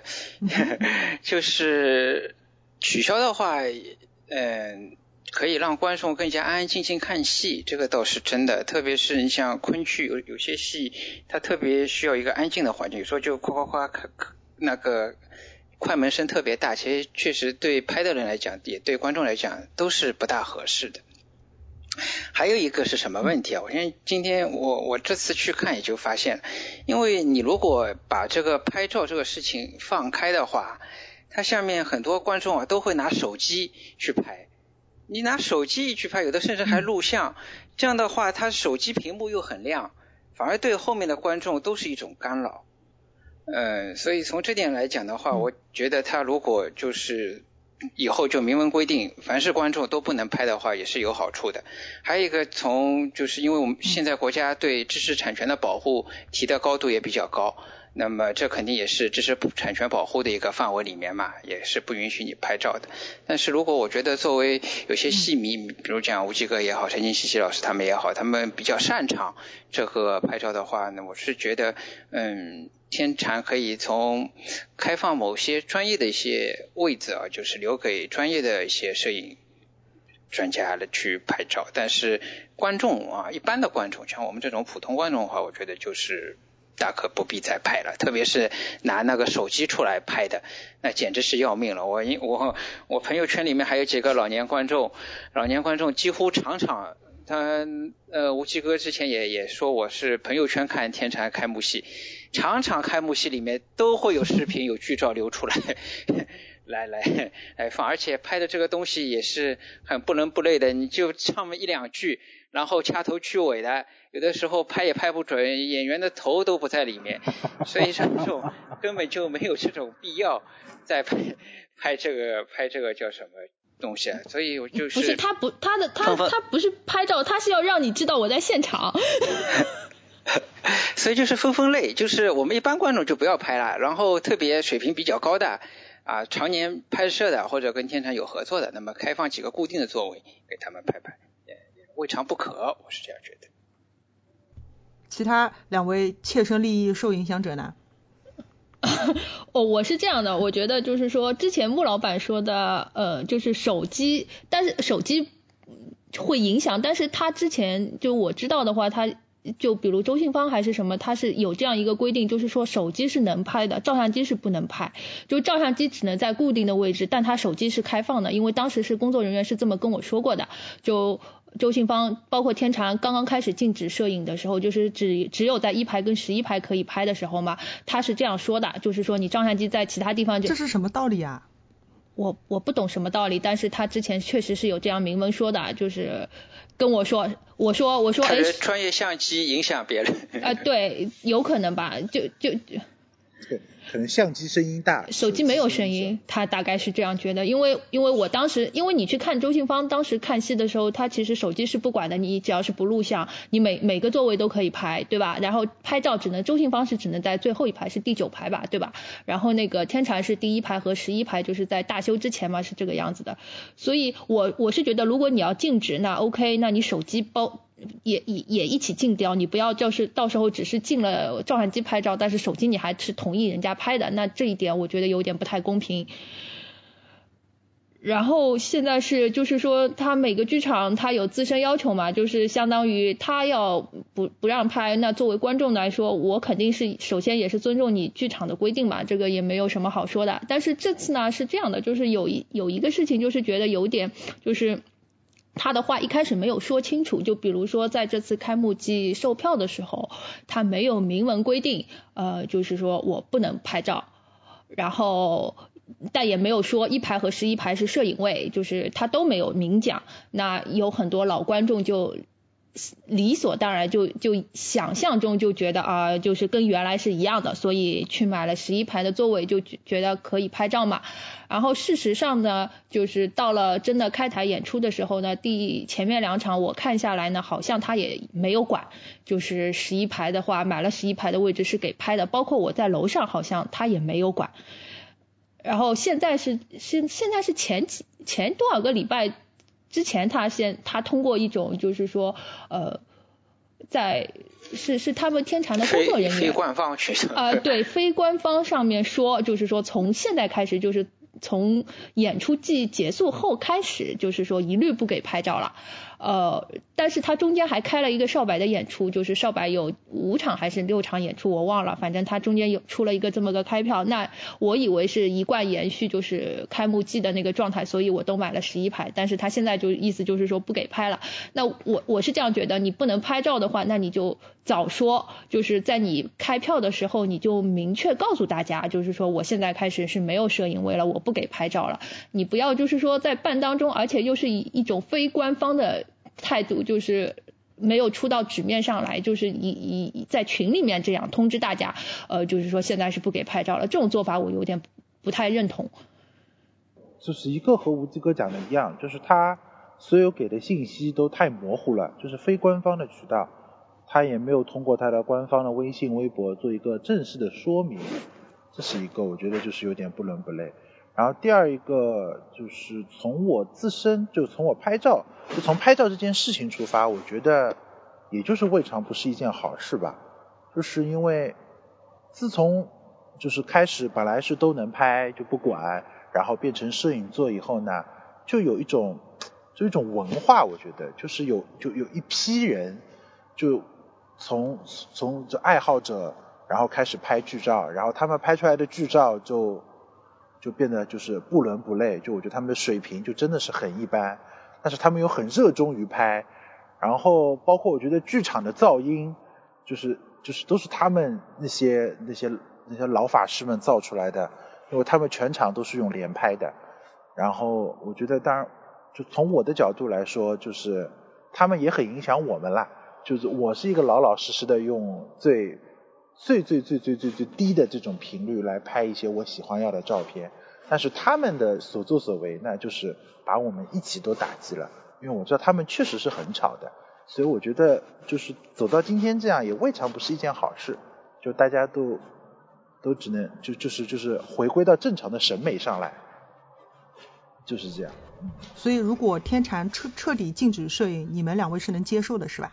就是取消的话，可以让观众更加安安静静看戏，这个倒是真的。特别是你像昆剧有些戏，它特别需要一个安静的环境，有时候就夸那个快门声特别大，其实确实对拍的人来讲，也对观众来讲都是不大合适的。还有一个是什么问题啊？今天我这次去看也就发现了，因为你如果把这个拍照这个事情放开的话，它下面很多观众啊都会拿手机去拍。你拿手机去拍，有的甚至还录像，这样的话它手机屏幕又很亮，反而对后面的观众都是一种干扰。所以从这点来讲的话，我觉得他如果就是以后就明文规定凡是观众都不能拍的话，也是有好处的。还有一个就是因为我们现在国家对知识产权的保护提的高度也比较高， 那么这肯定也是知识产权保护的一个范围里面嘛，也是不允许你拍照的。但是如果我觉得作为有些戏迷，比如讲吴继歌也好，陈静西老师他们也好，他们比较擅长这个拍照的话，那我是觉得天蟾可以从开放某些专业的一些位置啊，就是留给专业的一些摄影专家的去拍照。但是观众啊，一般的观众像我们这种普通观众的话，我觉得就是大可不必再拍了，特别是拿那个手机出来拍的，那简直是要命了。我朋友圈里面还有几个老年观众几乎场场，吴继歌之前也说我是朋友圈看天蟾开幕戏，场场开幕戏里面都会有视频有剧照流出来来放，而且拍的这个东西也是很不伦不类的，你就唱了一两句，然后掐头去尾的，有的时候拍也拍不准，演员的头都不在里面，所以这种根本就没有这种必要再拍这个叫什么东西啊。所以我就是不是他不是拍照，他是要让你知道我在现场。 所以就是分类，就是我们一般观众就不要拍了，然后特别水平比较高的常年拍摄的或者跟天蟾有合作的，那么开放几个固定的座位给他们拍，未尝不可，我是这样觉得。 其他两位切身利益受影响者呢？ 我是这样的，我觉得就是说之前穆老板说的就是手机，但是手机会影响，但是他之前就我知道的话，他就比如周信芳还是什么，他是有这样一个规定，就是说手机是能拍的，照相机是不能拍，就照相机只能在固定的位置，但他手机是开放的，因为当时是工作人员是这么跟我说过的。就周信芳包括天蟾刚刚开始禁止摄影的时候，就是只有在1排跟11排可以拍的时候嘛，他是这样说的，就是说你照相机在其他地方这是什么道理啊？ 我不懂什么道理，但是他之前确实是有这样明文说的，就是跟我说，我说他的专业相机影响别人对，有可能吧，就对，可能相机声音大， 手机没有声音，他大概是这样觉得。因为我当时，因为你去看周信芳当时看戏的时候，他其实手机是不管的，你只要是不录像，你每个座位都可以拍，对吧？然后拍照周信芳是只能在最后一排，是第9排吧，对吧？然后那个天蟾是第1排和11排，就是在大修之前嘛，是这个样子的。所以我是觉得，如果你要禁止，那 OK， 那你手机也一起禁掉，你不要就是到时候只是禁了照相机拍照，但是手机你还是同意人家拍的，那这一点我觉得有点不太公平。然后现在是就是说他每个剧场他有自身要求嘛，就是相当于他要不让拍，那作为观众来说，我肯定是首先也是尊重你剧场的规定嘛，这个也没有什么好说的。但是这次呢是这样的，就是有一个事情就是觉得有点就是他的话一开始没有说清楚，就比如说在这次开幕季售票的时候，他没有明文规定就是说我不能拍照，然后但也没有说1排和11排是摄影位，就是他都没有明讲。那有很多老观众就理所当然就想象中就觉得就是跟原来是一样的，所以去买了11排的座位，就觉得可以拍照嘛。然后事实上呢，就是到了真的开台演出的时候呢，前面2场我看下来呢，好像他也没有管，就是11排的话，买了11排的位置是给拍的，包括我在楼上好像他也没有管。然后现在是前多少个礼拜之前，他通过一种就是说是他们天蟾的工作人员非官方渠道对，非官方上面说，就是说从现在开始，就是从演出季结束后开始，就是说一律不给拍照了。但是他中间还开了一个少白的演出，就是少白有5场还是6场演出我忘了，反正他中间有出了一个这么个开票，那我以为是一贯延续就是开幕季的那个状态，所以我都买了11排，但是他现在就意思就是说不给拍了。那我是这样觉得，你不能拍照的话，那你就早说，就是在你开票的时候你就明确告诉大家，就是说我现在开始是没有摄影位了，我不给拍照了。你不要就是说在办当中，而且又是以一种非官方的态度，就是没有出到纸面上来，就是在群里面这样通知大家，就是说现在是不给拍照了，这种做法我有点不太认同。 就是一个和吴继歌讲的一样，就是他所有给的信息都太模糊了，就是非官方的渠道。 他也没有通过他的官方的微信微博做一个正式的说明，这是一个我觉得就是有点不伦不类。然后第二一个就是从我自身，就从我拍照，就从拍照这件事情出发，我觉得也就是未尝不是一件好事吧。就是因为自从就是开始本来是都能拍就不管，然后变成摄影做以后呢，就有一种文化，我觉得就是有一批人就从这爱好者，然后开始拍剧照，然后他们拍出来的剧照就变得就是不伦不类，就我觉得他们的水平就真的是很一般，但是他们又很热衷于拍，然后包括我觉得剧场的噪音就是都是他们那些老法师们造出来的，因为他们全场都是用连拍的。然后我觉得当然就从我的角度来说，就是他们也很影响我们啦，就是我是一个老老实实的用最低的这种频率来拍一些我喜欢要的照片，但是他们的所作所为那就是把我们一起都打击了，因为我知道他们确实是很吵的，所以我觉得就是走到今天这样也未尝不是一件好事，就大家都只能就是回归到正常的审美上来，就是这样。 所以如果天蟾彻底禁止摄影，你们两位是能接受的是吧？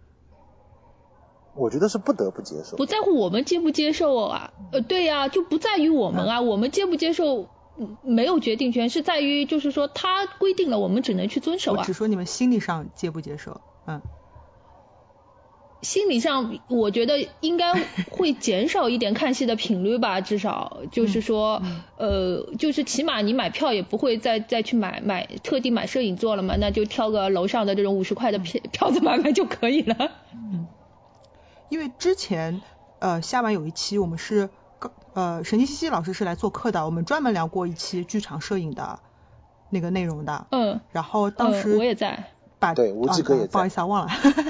我觉得是不得不接受， 不在乎我们接不接受啊，对呀，就不在于我们啊，我们接不接受没有决定权，是在于就是说他规定了，我们只能去遵守啊。 我只说你们心理上接不接受， 心理上我觉得应该会减少一点看戏的频率吧，至少就是说就是起码你买票也不会再去买特地买摄影座了嘛，那就挑个楼上的这种50块的票子买就可以了。 因为之前下晚有一期我们是沈清熙老师是来做客的，我们专门聊过一期剧场摄影的那个内容的。然后当时我也在， 对，吴继哥也在， 不好意思忘了。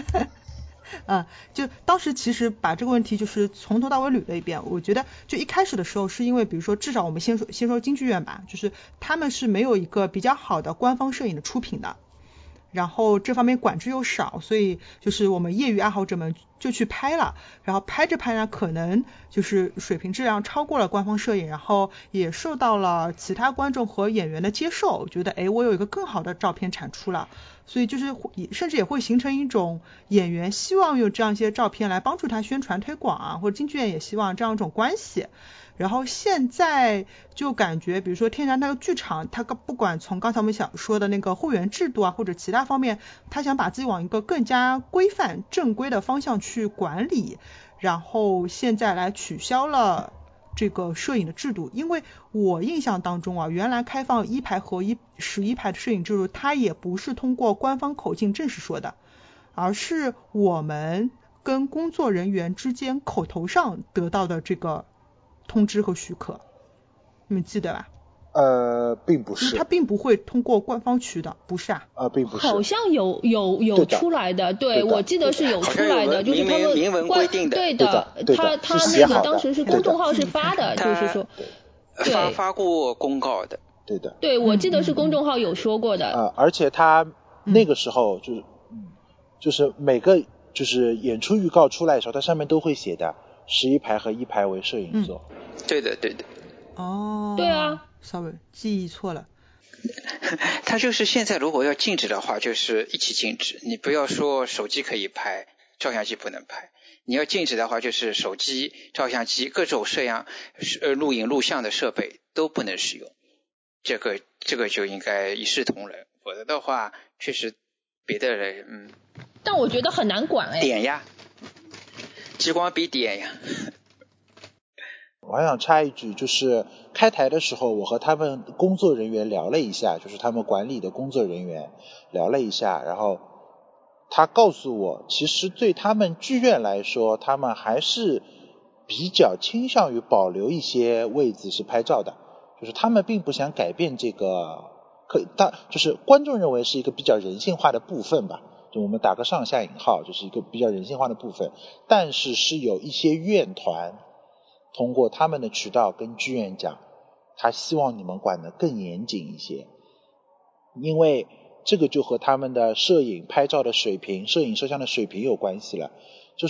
就当时其实把这个问题就是从头到尾捋了一遍。我觉得就一开始的时候是因为比如说至少我们先说京剧院吧，就是他们是没有一个比较好的官方摄影的出品的，然后这方面管制又少，所以就是我们业余爱好者们就去拍了，然后拍着拍呢可能就是水平质量超过了官方摄影，然后也受到了其他观众和演员的接受，觉得我有一个更好的照片产出了，所以就是甚至也会形成一种演员希望用这样一些照片来帮助他宣传推广啊，或者京剧院也希望这样一种关系。然后现在就感觉比如说天然那个剧场，它不管从刚才我们想说的那个会员制度啊或者其他方面，他想把自己往一个更加规范正规的方向去管理，然后现在来取消了这个摄影的制度。因为我印象当中啊，原来开放1排和11排的摄影制度，它也不是通过官方口径正式说的，而是我们跟工作人员之间口头上得到的这个通知和许可，你们记得吧？ 并不是， 他并不会通过官方渠道，不是啊？ 并不是， 好像有出来的，对，我记得是有出来的，就是他们明文规定的， 对的，他那个当时是公众号是发的，就是说发过公告的， 对的， 对，我记得是公众号有说过的， 而且他那个时候就是每个就是演出预告出来的时候，它上面都会写的11排和1排为摄影座， 对的。 对啊 ，sorry， 记忆错了。 他就是现在如果要禁止的话，就是一起禁止。你不要说手机可以拍，照相机不能拍。你要禁止的话，就是手机、照相机、各种录影、录像的设备都不能使用。这个就应该一视同仁，否则的话，确实别的人但我觉得很难管点呀，激光笔点呀。 我还想插一句，就是开台的时候我和他们工作人员聊了一下，就是他们管理的工作人员聊了一下，然后他告诉我其实对他们剧院来说，他们还是比较倾向于保留一些位置是拍照的，就是他们并不想改变这个就是观众认为是一个比较人性化的部分吧，就我们打个上下引号，就是一个比较人性化的部分，但是有一些院团通过他们的渠道跟剧院讲，他希望你们管得更严谨一些，因为这个就和他们的摄影拍照的水平、摄影摄像的水平有关系了。 就是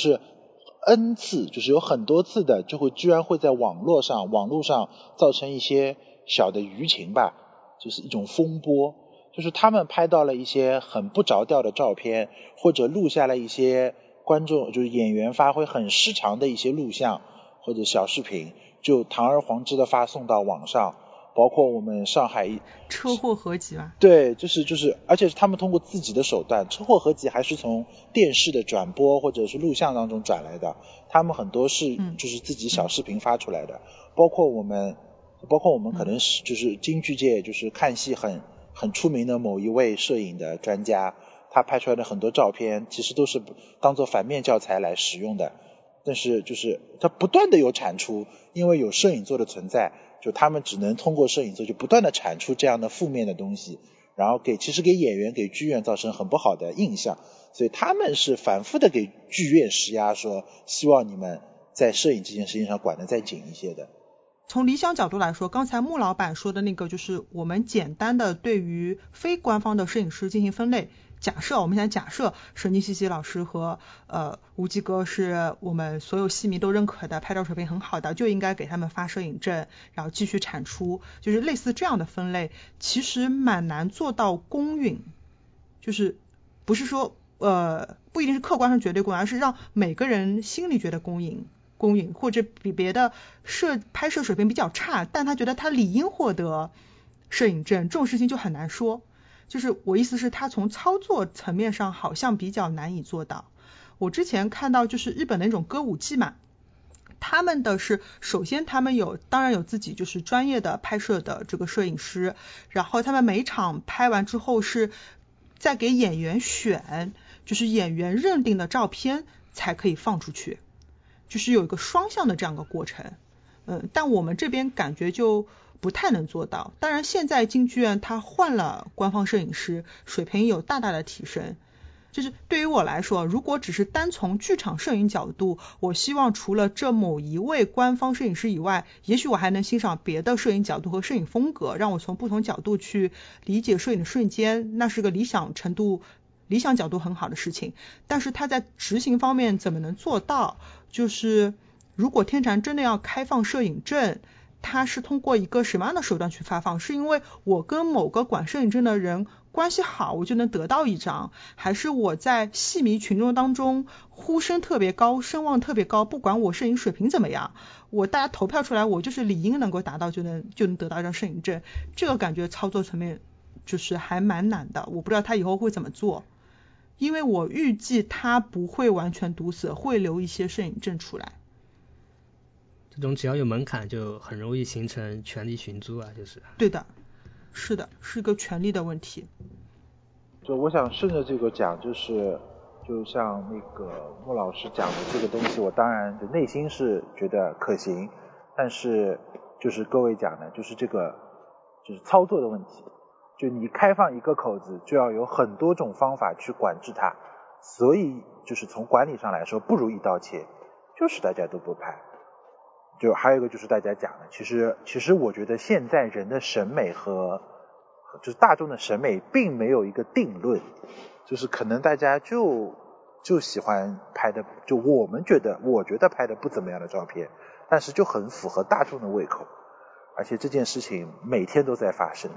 N 次，就是有很多次的就会居然会在网络上造成一些小的舆情吧，就是一种风波，就是他们拍到了一些很不着调的照片，或者录下了一些观众就是演员发挥很失常的一些录像或者小视频，就堂而皇之的发送到网上，包括我们上海车祸合集吧。 对，就是而且是他们通过自己的手段，车祸合集还是从电视的转播或者是录像当中转来的，他们很多是就是自己小视频发出来的，包括我们可能是就是京剧界就是看戏很出名的某一位摄影的专家，他拍出来的很多照片其实都是当做反面教材来使用的，但是就是他不断的有产出，因为有摄影作的存在，就他们只能通过摄影作就不断的产出这样的负面的东西，然后其实给演员给剧院造成很不好的印象，所以他们是反复的给剧院施压，说希望你们在摄影这件事情上管得再紧一些的。 从理想角度来说，刚才穆老板说的那个就是我们简单的对于非官方的摄影师进行分类，我们假设沈金西老师和吴基哥是我们所有戏迷都认可的，拍照水平很好的，就应该给他们发摄影证，然后继续产出，就是类似这样的分类其实蛮难做到公允，就是不是说不一定是客观上绝对公允，而是让每个人心里觉得公允，或者比别的拍摄水平比较差，但他觉得他理应获得摄影证，这种事情就很难说。就是我意思是他从操作层面上好像比较难以做到。我之前看到就是日本的那种歌舞伎嘛，他们的是首先他们当然有自己就是专业的拍摄的这个摄影师，然后他们每场拍完之后是再给演员选，就是演员认定的照片才可以放出去，就是有一个双向的这样一个过程。但我们这边感觉就不太能做到。当然现在京剧院它换了官方摄影师，水平有大大的提升。就是对于我来说，如果只是单从剧场摄影角度，我希望除了这某一位官方摄影师以外，也许我还能欣赏别的摄影角度和摄影风格，让我从不同角度去理解摄影的瞬间，那是个理想角度很好的事情。但是它在执行方面怎么能做到，就是如果天蟾真的要开放摄影证，它是通过一个什么样的手段去发放？是因为我跟某个管摄影证的人关系好，我就能得到一张，还是我在戏迷群众当中呼声特别高，声望特别高，不管我摄影水平怎么样，大家投票出来，我就是理应能够达到就能得到一张摄影证。这个感觉操作层面就是还蛮难的，我不知道他以后会怎么做，因为我预计他不会完全堵死，会留一些摄影证出来。 这种只要有门槛就很容易形成权力寻租啊，就是对的，是的，是个权力的问题。 就我想顺着这个讲，就像那个穆老师讲的这个东西，我当然就内心是觉得可行，但是就是各位讲的就是这个就是操作的问题，就你开放一个口子就要有很多种方法去管制它，所以就是从管理上来说不如一刀切，就是大家都不拍。就还有一个就是大家讲的，其实我觉得现在人的审美和就是大众的审美并没有一个定论，就是可能大家就喜欢拍的，就我觉得拍的不怎么样的照片，但是就很符合大众的胃口，而且这件事情每天都在发生。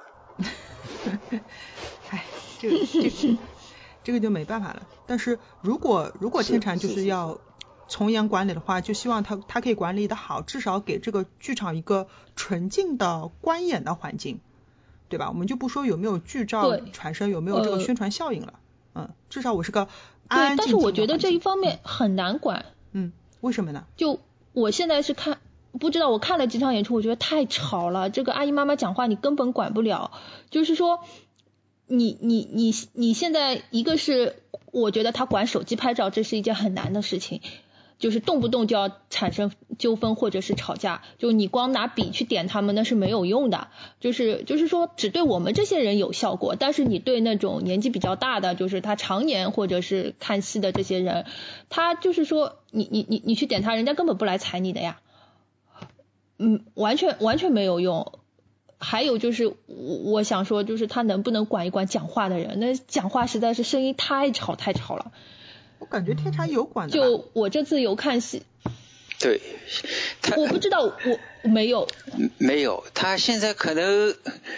哎，这个就没办法了。但是如果天蟾就是要从严管理的话，就希望他可以管理的好，至少给这个剧场一个纯净的观演的环境，对吧？我们就不说有没有剧照产生，有没有这个宣传效应了。至少我是个安安静静的环境。对， 但是我觉得这一方面很难管。 为什么呢？ 就我现在是不知道，我看了几场演出，我觉得太吵了。这个阿姨妈妈讲话你根本管不了。就是说，你现在一个是，我觉得他管手机拍照，这是一件很难的事情。就是动不动就要产生纠纷或者是吵架，就你光拿笔去点他们那是没有用的，就是说只对我们这些人有效果，但是你对那种年纪比较大的，就是他常年或者是看戏的这些人，他就是说你去点他，人家根本不来踩你的呀，完全没有用。还有就是我想说，就是他能不能管一管讲话的人，那讲话实在是声音太吵了。 我感觉天茶有管的。 就我这次有看戏。 对。 我不知道，我没有。 没有，他现在可能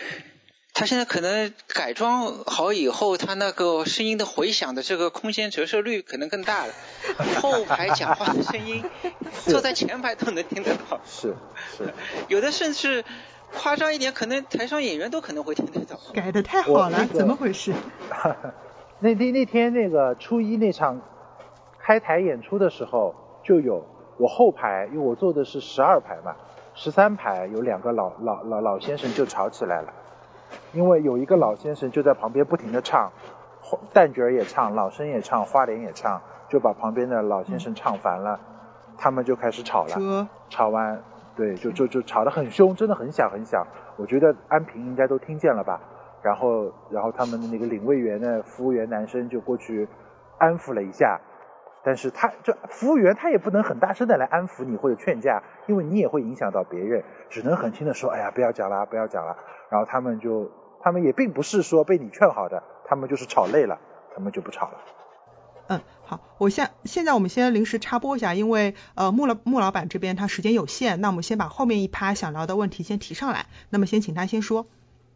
改装好以后，他那个声音的回响的这个空间折射率可能更大了。后排讲话的声音，坐在前排都能听得到。 是。 有的甚至夸张一点，可能台上演员都可能会听得到。 改得太好了，怎么回事？ 那天那个初一那场开台演出的时候，就有我后排，因为我坐的是12排嘛，13排有2个老先生就吵起来了。因为有一个老先生就在旁边不停地唱，旦角也唱，老生也唱，花脸也唱，就把旁边的老先生唱烦了，他们就开始吵了。吵完，对，就吵得很凶，真的很响很响。我觉得安平应该都听见了吧。然后他们的那个领位员的服务员男生就过去安抚了一下，但是服务员他也不能很大声的来安抚你或者劝架，因为你也会影响到别人，只能很轻的说，哎呀，不要讲了。然后他们也并不是说被你劝好的，他们就是吵累了，他们就不吵了。 好，现在我们先临时插播一下，因为穆老板这边他时间有限，那我们先把后面一趴想聊的问题先提上来，那么先请他先说。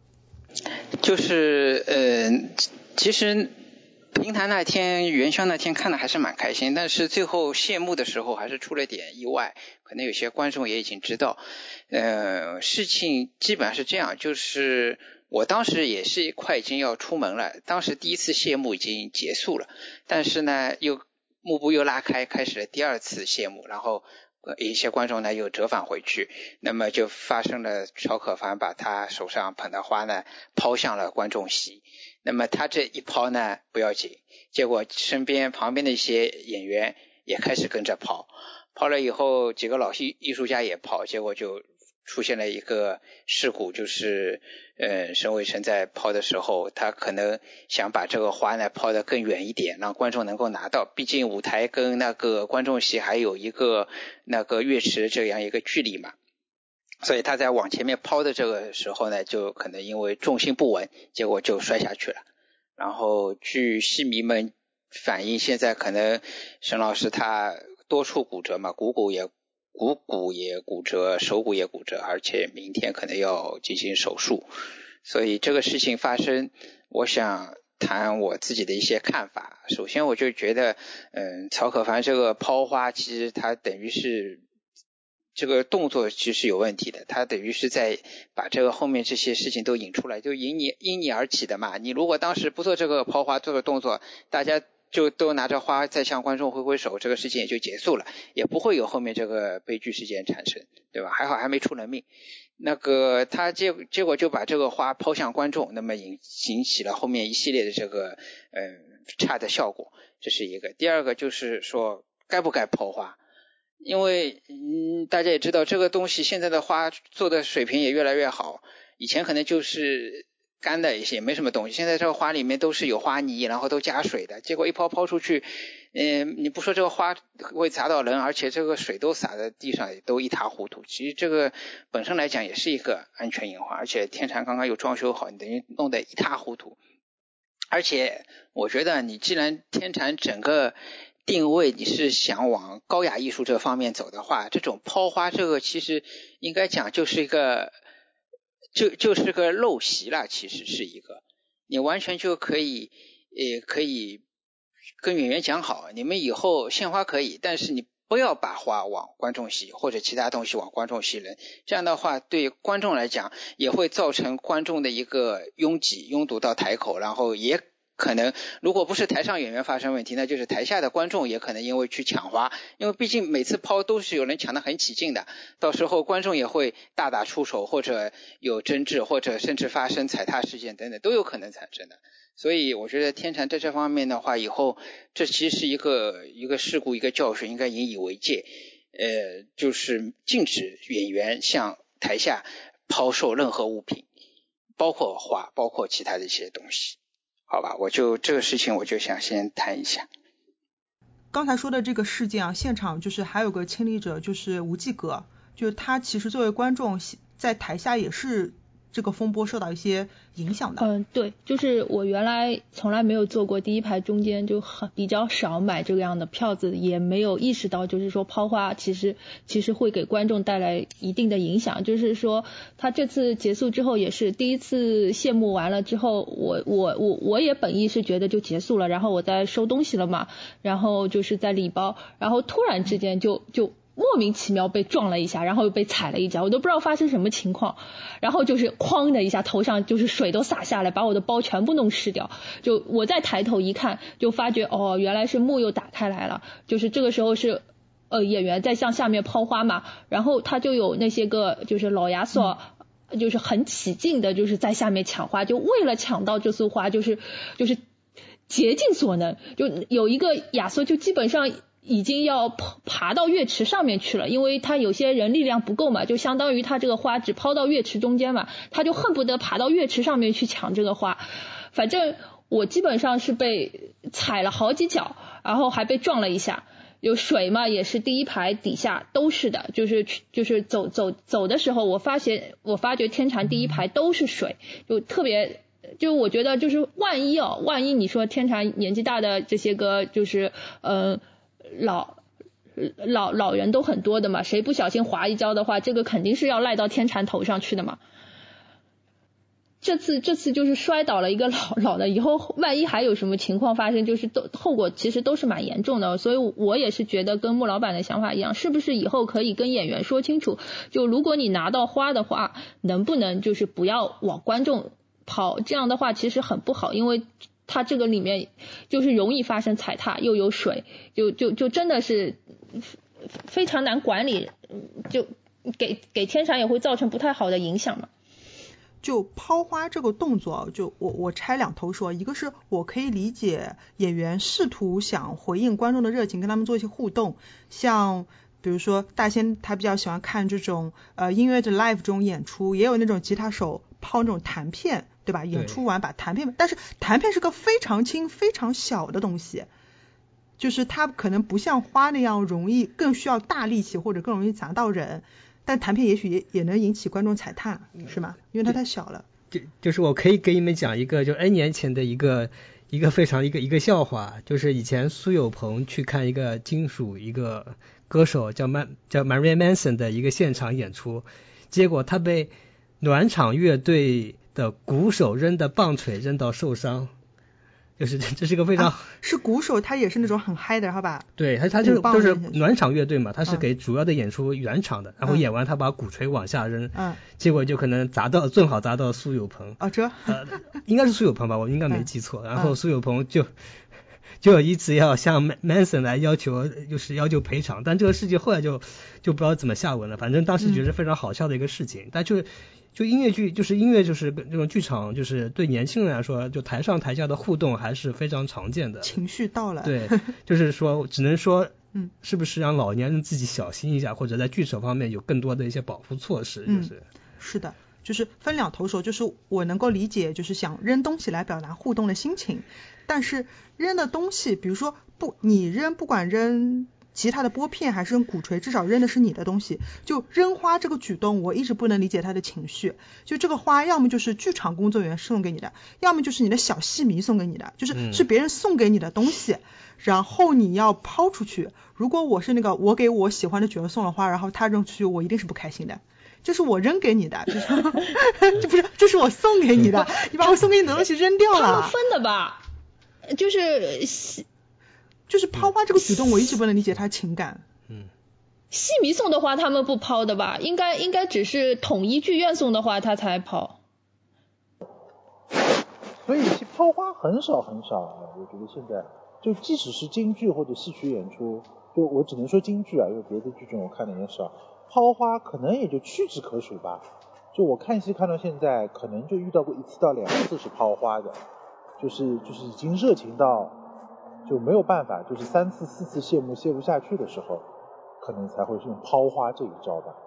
就是其实平潭那天元宵那天看的还是蛮开心，但是最后谢幕的时候还是出了点意外，可能有些观众也已经知道。事情基本上是这样，就是我当时也是快已经要出门了，当时第一次谢幕已经结束了，但是呢幕布又拉开，开始了第二次谢幕，然后一些观众呢又折返回去，那么就发生了曹可凡把他手上捧的花呢抛向了观众席。那么他这一抛呢不要紧，结果旁边的一些演员也开始跟着抛了以后，几个老艺术家也抛，结果就出现了一个事故，就是沈伟成在抛的时候，他可能想把这个花呢抛得更远一点，让观众能够拿到，毕竟舞台跟那个观众席还有一个那个乐池这样一个距离嘛，所以他在往前面抛的这个时候呢，就可能因为重心不稳，结果就摔下去了。然后据戏迷们反映，现在可能沈老师他多处骨折嘛，股骨也骨折，手骨也骨折，而且明天可能要进行手术。所以这个事情发生，我想谈我自己的一些看法。首先我就觉得曹可凡这个抛花其实他等于是这个动作其实是有问题的，他等于是在把这个后面这些事情都引出来，就因你而起的嘛。你如果当时不做这个抛花这个动作，大家就都拿着花再向观众挥挥手，这个事情也就结束了，也不会有后面这个悲剧事件产生，对吧？还好还没出人命。那个他结果就把这个花抛向观众，那么引起了后面一系列的这个差的效果，这是一个。第二个就是说该不该抛花，因为大家也知道这个东西现在的花做的水平也越来越好，以前可能就是干的一些没什么东西，现在这个花里面都是有花泥，然后都加水的，结果一抛出去你不说这个花会砸到人，而且这个水都洒在地上也都一塌糊涂，其实这个本身来讲也是一个安全隐患，而且天坛刚刚又装修好，你等于弄得一塌糊涂。而且我觉得你既然天坛整个定位你是想往高雅艺术这方面走的话，这种抛花这个其实应该讲就是一个就是个陋习了，其实是一个你完全就可以跟演员讲好，你们以后献花可以，但是你不要把花往观众席或者其他东西往观众席扔，这样的话对观众来讲也会造成观众的一个拥堵到台口，然后也可能如果不是台上演员发生问题，那就是台下的观众也可能因为去抢花，因为毕竟每次抛都是有人抢得很起劲的，到时候观众也会大打出手，或者有争执，或者甚至发生踩踏事件等等都有可能产生的。所以我觉得天坛在这方面的话，以后这其实是一个事故，一个教训，应该引以为戒。就是禁止演员向台下抛售任何物品，包括花，包括其他的一些东西。好吧，这个事情我就想先谈一下。 刚才说的这个事件啊，现场就是还有个亲历者，就是吴继革，就是他其实作为观众在台下也是这个风波受到一些影响的。 对，就是我原来从来没有坐过第一排中间，就比较少买这样的票子，也没有意识到就是说抛花其实会给观众带来一定的影响。就是说他这次结束之后也是第一次谢幕完了之后，我也本意是觉得就结束了，然后我在收东西了嘛，然后就是在礼包，然后突然之间就莫名其妙被撞了一下，然后又被踩了一脚，我都不知道发生什么情况，然后就是哐的一下，头上就是水都洒下来，把我的包全部弄湿掉。就我再抬头一看，就发觉原来是幕又打开来了，就是这个时候是演员在向下面抛花嘛，然后他就有那些个就是老亚索。就是很起劲的，就是在下面抢花，就为了抢到这束花，就是竭尽所能。就有一个亚索就基本上已经要爬到月池上面去了，因为他有些人力量不够嘛，就相当于他这个花只抛到月池中间嘛，他就恨不得爬到月池上面去抢这个花。反正我基本上是被踩了好几脚，然后还被撞了一下。有水嘛，也是第一排底下都是的，就是走的时候，我发觉天蟾第一排都是水，就特别，就我觉得就是万一你说天蟾年纪大的这些个就是老人都很多的嘛，谁不小心滑一跤的话，这个肯定是要赖到天蟾头上去的嘛。这次就是摔倒了一个老的，以后万一还有什么情况发生，就是后果其实都是蛮严重的。所以我也是觉得跟穆老板的想法一样，是不是以后可以跟演员说清楚，就如果你拿到花的话，能不能就是不要往观众抛，这样的话其实很不好，因为它这个里面就是容易发生踩踏，又有水，就真的是非常难管理，就给天蟾也会造成不太好的影响嘛。 就抛花这个动作，就我拆两头说，一个是我可以理解演员试图想回应观众的热情，跟他们做一些互动，像比如说大仙他比较喜欢看这种音乐的 live 这种演出，也有那种吉他手抛那种弹片，对吧？演出完把弹片，但是弹片是个非常轻非常小的东西，就是它可能不像花那样容易，更需要大力气或者更容易砸到人。但弹片也许也能引起观众踩踏，是吗？因为它太小了。 就是我可以给你们讲一个就 N 年前的一个非常一个笑话，就是以前苏有朋去看一个金属一个歌手叫 Marilyn Manson 的一个现场演出，结果他被暖场乐队的鼓手扔的棒槌扔到受伤。就是这是个非常、 是鼓手，他也是那种很嗨的，然后把对他就是暖场乐队嘛，他是给主要的演出圆场的，然后演完他把鼓槌往下扔，结果就可能正好砸到苏有朋，应该是苏有朋吧，我应该没记错，然后苏有朋就一直要向 Manson 来要求赔偿，但这个事情后来就不知道怎么下文了，反正当时觉得非常好笑的一个事情，但就音乐剧就是这种剧场，就是对年轻人来说，就台上台下的互动还是非常常见的。 情绪到了。 对，就是说只能说是不是让老年人自己小心一下，或者在剧场方面有更多的一些保护措施， 是的，就是分两头说，就是我能够理解就是想扔东西来表达互动的心情，但是扔的东西比如说你扔不管扔其他的拨片还是扔鼓槌，至少扔的是你的东西。就扔花这个举动我一直不能理解他的情绪，就这个花要么就是剧场工作人员送给你的，要么就是你的小戏迷送给你的，是别人送给你的东西，然后你要抛出去。如果我是我给我喜欢的角色送了花，然后他扔出去，我一定是不开心的。这是我扔给你的，这是我送给你的，你把我送给你的东西扔掉了。 他们分的吧， 就是抛花这个举动我一直不能理解他情感。 戏迷送的花他们不抛的吧，应该只是统一剧院送的花他才抛。 所以抛花很少很少，我觉得现在就即使是京剧或者戏曲演出，就我只能说京剧因为别的剧种我看的也少，抛花可能也就屈指可数吧。就我看戏看到现在，可能就遇到过1次到2次是抛花的，就是已经热情到就没有办法，就是3次4次谢幕谢不下去的时候，可能才会用抛花这一招吧。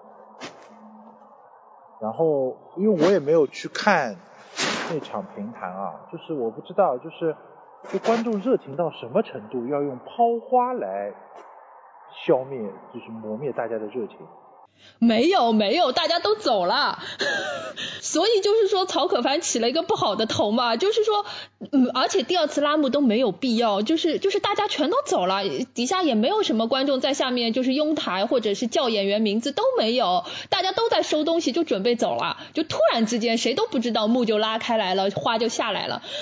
然后因为我也没有去看那场评弹就是我不知道就观众热情到什么程度要用抛花来消灭就是磨灭大家的热情。 没有，大家都走了。所以就是说曹可凡起了一个不好的头嘛，就是说而且第二次拉幕都没有必要，就是大家全都走了，底下也没有什么观众在下面就是拥台或者是叫演员名字都没有，大家都在收东西就准备走了，就突然之间谁都不知道幕就拉开来了，花就下来了。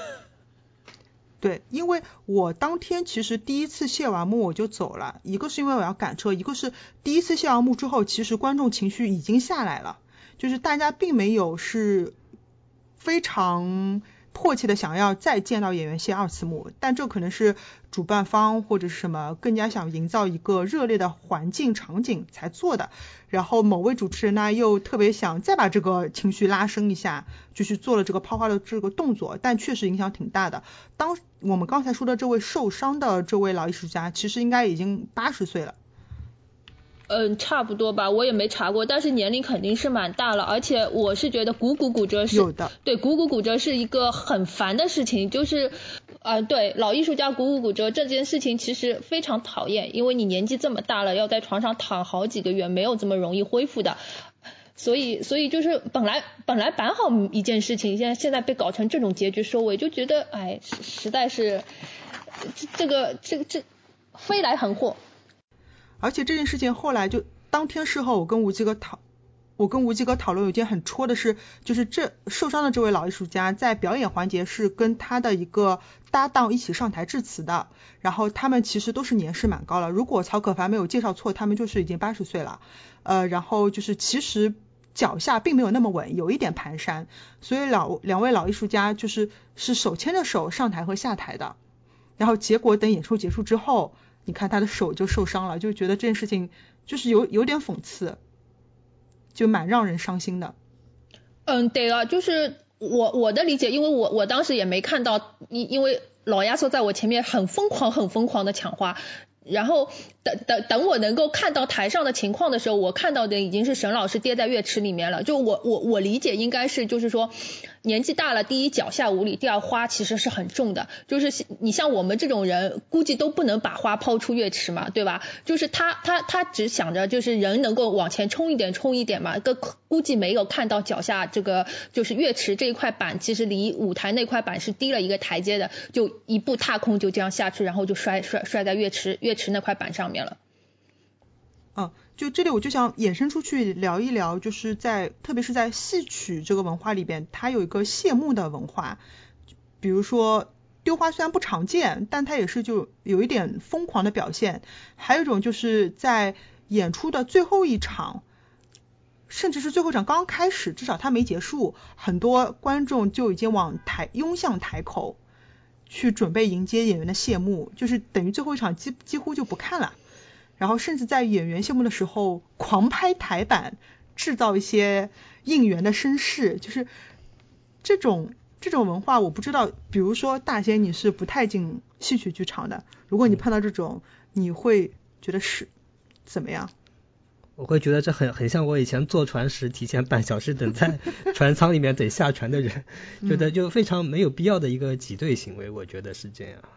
对，因为我当天其实第一次谢完幕我就走了，一个是因为我要赶车，一个是第一次谢完幕之后其实观众情绪已经下来了，就是大家并没有是非常迫切的想要再见到演员谢二次幕，但这可能是主办方或者是什么更加想营造一个热烈的环境场景才做的，然后某位主持人呢又特别想再把这个情绪拉升一下，就去做了这个抛花的这个动作，但确实影响挺大的。当我们刚才说的这位受伤的这位老艺术家其实应该已经80岁了。 差不多吧，我也没查过，但是年龄肯定是蛮大了，而且我是觉得股骨折是有的， 对，股骨折是一个很烦的事情，就是对，老艺术家股骨折这件事情其实非常讨厌，因为你年纪这么大了，要在床上躺好几个月，没有这么容易恢复的。所以就是本来办好一件事情，现在被搞成这种结局收尾，就觉得实在是这飞来横祸。 而且这件事情后来就当天事后我跟吴基哥讨论有一件很戳的事，就是这受伤的这位老艺术家在表演环节是跟他的一个搭档一起上台致辞的，然后他们其实都是年事蛮高了，如果曹可凡没有介绍错，他们就是已经80岁了，然后就是其实脚下并没有那么稳，有一点蹒跚，所以两位老艺术家是手牵着手上台和下台的，然后结果等演出结束之后，你看他的手就受伤了，就觉得这件事情就是有点讽刺，就蛮让人伤心的。 对了，就是我的理解，因为我当时也没看到，因为老亚瑟在我前面很疯狂的抢话，然后等我能够看到台上的情况的时候，我看到的已经是沈老师跌在乐池里面了。就我理解应该是就是说年纪大了，第一脚下无力，第二花其实是很重的，就是你像我们这种人估计都不能把花抛出乐池嘛，对吧？就是他只想着就是人能够往前冲一点嘛，估计没有看到脚下这个就是乐池这一块板其实离舞台那块板是低了一个台阶的，就一步踏空就这样下去，然后就摔在乐池那块板上面了。 就这里我就想衍生出去聊一聊，就是特别是在戏曲这个文化里边，它有一个谢幕的文化，比如说丢花虽然不常见，但它也是就有一点疯狂的表现，还有一种就是在演出的最后一场，甚至是最后一场刚开始，至少它没结束，很多观众就已经拥向台口去准备迎接演员的谢幕，就是等于最后一场几乎就不看了，然后甚至在演员谢幕的时候狂拍台板，制造一些应援的声势，就是这种文化我不知道，比如说大仙你是不太进戏曲剧场的，如果你碰到这种你会觉得是怎么样？ 我会觉得这很像我以前坐船时提前半小时等在船舱里面等下船的人，觉得就非常没有必要的一个挤兑行为，我觉得是这样。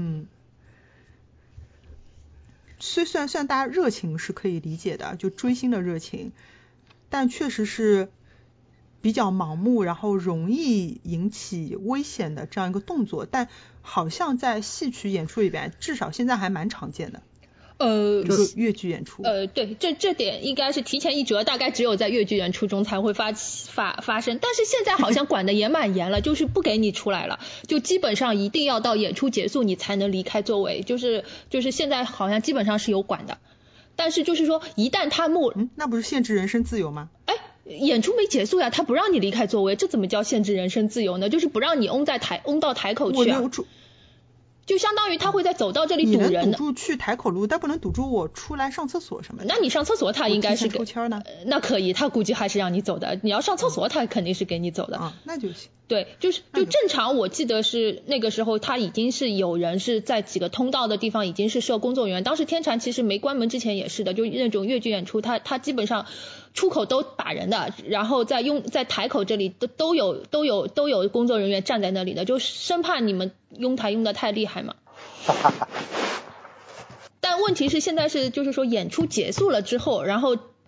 虽然大家热情是可以理解的，就追星的热情，但确实是比较盲目，然后容易引起危险的这样一个动作，但好像在戏曲演出里边至少现在还蛮常见的。就是越剧演出。 对，这点应该是提前一折，大概只有在越剧演出中才会发生。但是现在好像管的也蛮严了，就是不给你出来了，就基本上一定要到演出结束你才能离开座位，就是现在好像基本上是有管的。但是就是说一旦他那不是限制人身自由吗？ 演出没结束呀，他不让你离开座位，这怎么叫限制人身自由呢？就是不让你拥到台口去啊。就相当于他会在走道这里堵人的。 你能堵住去台口路，但不能堵住我出来上厕所什么的。 那你上厕所他应该是抽签呢？ 那可以，他估计还是让你走的。你要上厕所他肯定是给你走的。 那就行。 对，就正常，我记得是那个时候他已经是有人是在几个通道的地方已经是设工作人员。当时天蟾其实没关门之前也是的，就那种越剧演出他基本上出口都打人的，然后在台口这里都有工作人员站在那里的，就生怕你们拥台拥得太厉害嘛。但问题是现在是就是说演出结束了之后，然后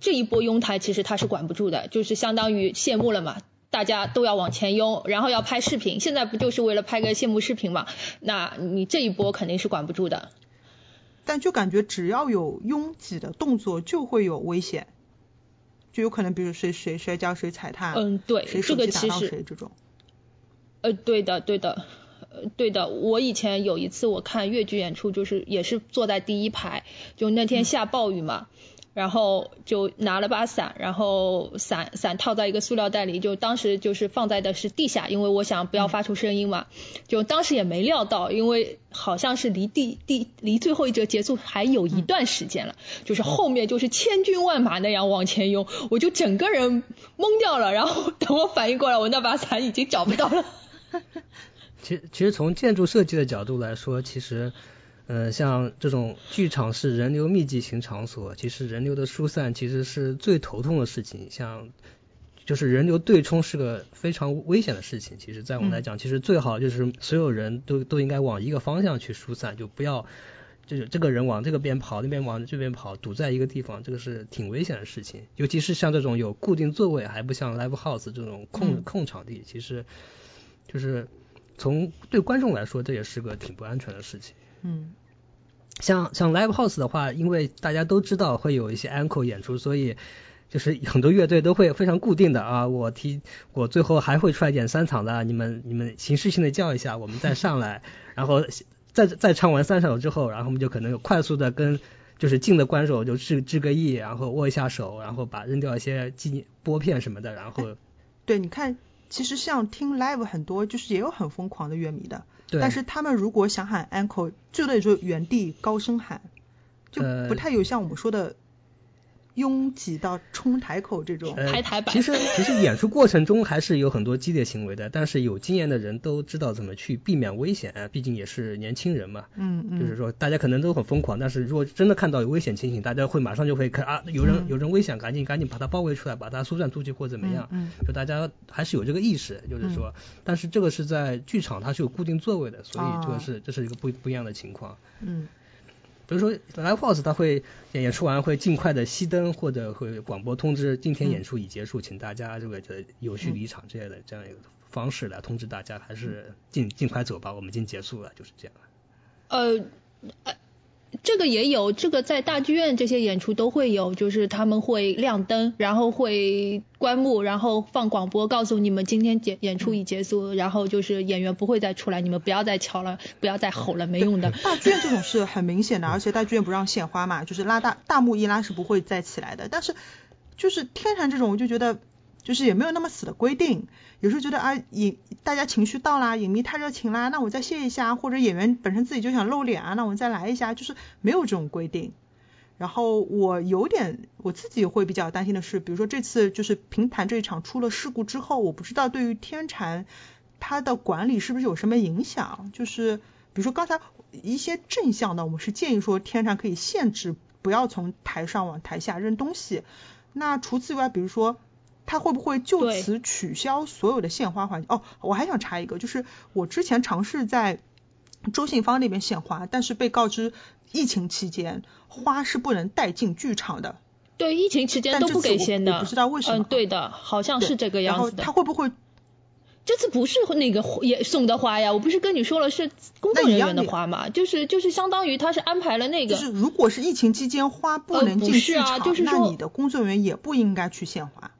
这一波拥台其实他是管不住的，就是相当于谢幕了嘛，大家都要往前拥，然后要拍视频，现在不就是为了拍个谢幕视频嘛？那你这一波肯定是管不住的。 但就感觉只要有拥挤的动作就会有危险，就有可能比如谁摔跤谁踩踏， 对， 谁手机打到谁这种。 对的，我以前有一次我看越剧演出，就是也是坐在第一排，就那天下暴雨嘛，然后就拿了把伞，然后伞套在一个塑料袋里，就当时就是放在的是地下，因为我想不要发出声音嘛，就当时也没料到，因为好像是离最后一折结束还有一段时间了，就是后面就是千军万马那样往前涌，我就整个人懵掉了，然后等我反应过来，我那把伞已经找不到了。 其实从建筑设计的角度来说，其实像这种剧场是人流密集型场所，其实人流的疏散其实是最头痛的事情，像就是人流对冲是个非常危险的事情，其实在我们来讲，其实最好就是所有人都应该往一个方向去疏散，就不要就是这个人往这个边跑，那边往这边跑，堵在一个地方，这个是挺危险的事情，尤其是像这种有固定座位，还不像 live house 这种空场地，其实就是从对观众来说，这也是个挺不安全的事情。像 live house 的话，因为大家都知道会有一些 encore 演出，所以就是很多乐队都会非常固定的啊，我最后还会出来演3场的，你们形式性的叫一下，我们再上来，然后再唱完3首之后，然后我们就可能快速的跟就是近的观众就致个意，然后握一下手，然后扔掉一些拨片什么的，然后对，你看其实像听 live 很多就是也有很疯狂的乐迷的，但是他们如果想喊 encore 就得说原地高声喊，就不太有像我们说的拥挤到冲台口这种拍台版。 其实演出过程中还是有很多激烈行为的，但是有经验的人都知道怎么去避免危险，毕竟也是年轻人嘛。就是说大家可能都很疯狂，但是如果真的看到有危险情形，大家会马上就会看啊，有人危险，赶紧把他包围出来，把他疏散出去或怎么样。就大家还是有这个意识，就是说，但是这个是在剧场它是有固定座位的，所以这是一个不一样的情况。比如说 live house 它会演出完会尽快的熄灯，或者会广播通知今天演出已结束，请大家这个有序离场之类的这样一个方式来通知大家，还是尽快走吧，我们已经结束了，就是这样。 这个也有，这个在大剧院这些演出都会有，就是他们会亮灯，然后会关幕，然后放广播告诉你们今天演出已结束，然后就是演员不会再出来，你们不要再敲了，不要再吼了，没用的。 大剧院这种是很明显的，而且大剧院不让献花嘛，就是大幕一拉是不会再起来的。但是就是天坛这种，我就觉得就是也没有那么死的规定，有时候觉得大家情绪到啦，影迷太热情啦，那我再谢一下，或者演员本身自己就想露脸啊，那我再来一下，就是没有这种规定。然后我自己会比较担心的是，比如说这次就是评坛这一场出了事故之后，我不知道对于天坛它的管理是不是有什么影响，就是比如说刚才一些正向的，我们是建议说天坛可以限制不要从台上往台下扔东西，那除此以外，比如说他会不会就此取消所有的献花环节？我还想插一个，就是我之前尝试在周信芳那边献花，但是被告知疫情期间花是不能带进剧场的。 对，疫情期间都不给献的。 我不知道为什么。 对的，好像是这个样子的。 然后他会不会？ 这次不是那个也送的花呀，我不是跟你说了是工作人员的花嘛，就是相当于他是安排了那个。 就是如果是疫情期间花不能进剧场，就是那你的工作人员也不应该去献花。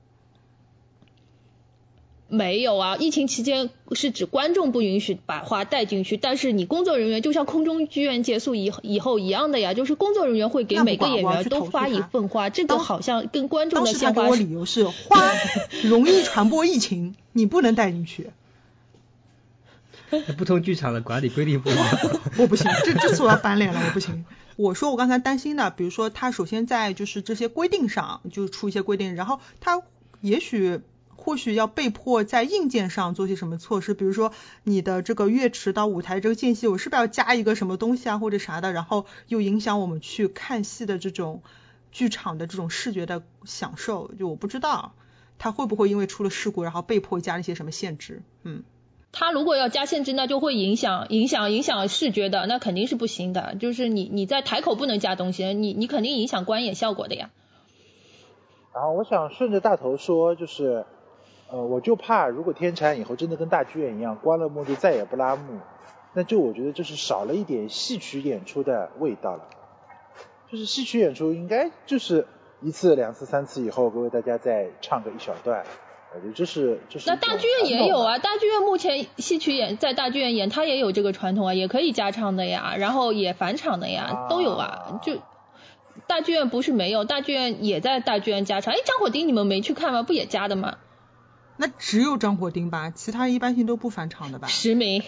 没有啊，疫情期间是指观众不允许把花带进去，但是你工作人员就像空中剧院结束以后一样的呀，就是工作人员会给每个演员都发一份花，这个好像跟观众的献花。 当时他给我理由是花容易传播疫情，你不能带进去。 不同剧场的管理规定不一样。 我不行，这次我要翻脸了，我不行。我说我刚才担心的，比如说他首先在就是这些规定上就出一些规定，然后他或许要被迫在硬件上做些什么措施，比如说你的这个乐池到舞台这个间隙，我是不是要加一个什么东西啊或者啥的，然后又影响我们去看戏的这种剧场的这种视觉的享受，就我不知道他会不会因为出了事故然后被迫加了一些什么限制。 他如果要加限制，那就会影响视觉的，那肯定是不行的。就是你在台口不能加东西，你肯定影响观演效果的呀。 然后我想顺着大头说，就是我就怕如果天蟾以后真的跟大剧院一样关了幕就再也不拉幕，那就我觉得就是少了一点戏曲演出的味道了。就是戏曲演出应该就是1次2次3次以后各位大家再唱个一小段，我觉得这是那大剧院也有啊，大剧院目前戏曲在大剧院演它也有这个传统啊，也可以加唱的呀，然后也返场的呀，都有啊。就大剧院不是没有，大剧院也在大剧院加唱。张火丁你们没去看吗？不也加的吗？ 那只有张火丁吧，其他一般性都不返场的吧。 实名。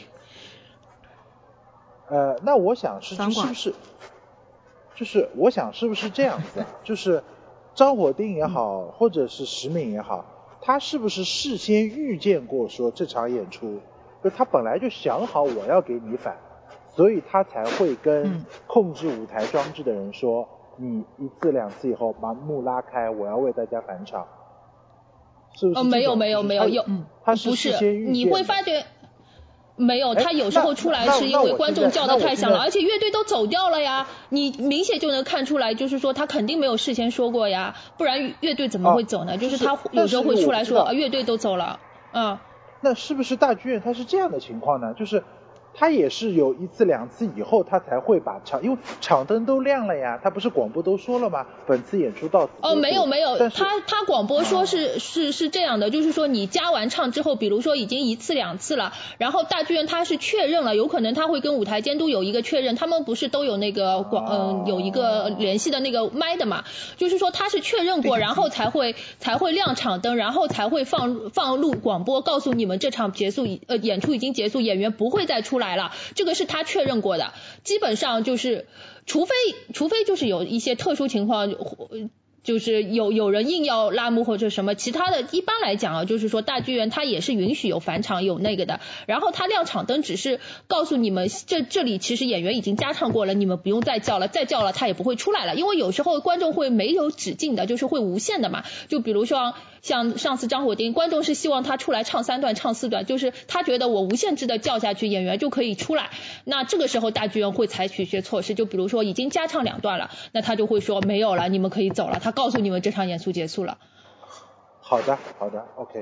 那我想是不是就是我想是不是这样子啊？就是张火丁也好，或者是石敏也好，他是不是事先预见过说这场演出，就他本来就想好我要给你返，所以他才会跟控制舞台装置的人说，你1次2次以后把幕拉开，我要为大家返场。是不是？ 没有， 他是事先预见的。 你会发觉。没有，他有时候出来是因为观众叫的太响了，而且乐队都走掉了呀，你明显就能看出来，就是说他肯定没有事先说过呀，不然乐队怎么会走呢？就是他有时候会出来说乐队都走了。 那是不是大剧院他是这样的情况呢？就是他也是有1次2次以后他才会把因为场灯都亮了呀，他不是广播都说了吗？本次演出到此结束。 没有，他广播说是这样的，就是说你加完唱之后，比如说已经1次2次了，然后大剧院他是确认了，有可能他会跟舞台监督有一个确认，他们不是都有那个有一个联系的那个麦的嘛，就是说他是确认过，然后才会亮场灯，然后才会放录广播告诉你们这场结束演出已经结束，演员不会再出来了，这个是他确认过的。基本上就是除非就是有一些特殊情况，就是有人硬要拉幕或者什么，其他的一般来讲啊，就是说大剧院它也是允许有返场有那个的，然后它亮场灯只是告诉你们这里其实演员已经加唱过了，你们不用再叫了他也不会出来了，因为有时候观众会没有止境的，就是会无限的嘛，就比如说像上次张火丁，观众是希望他出来唱3段唱4段，就是他觉得我无限制的叫下去演员就可以出来，那这个时候大剧院会采取一些措施，就比如说已经加唱2段了，那他就会说没有了，你们可以走了，他告诉你们这场演出结束了。 好的 OK。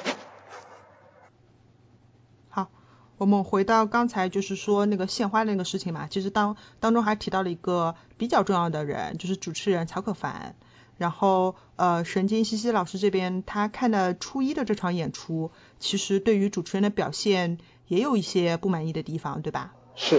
好，我们回到刚才就是说那个献花的那个事情嘛，其实当中还提到了一个比较重要的人，就是主持人曹可凡。然后神经西西老师这边他看的初一的这场演出，其实对于主持人的表现也有一些不满意的地方，对吧？ 是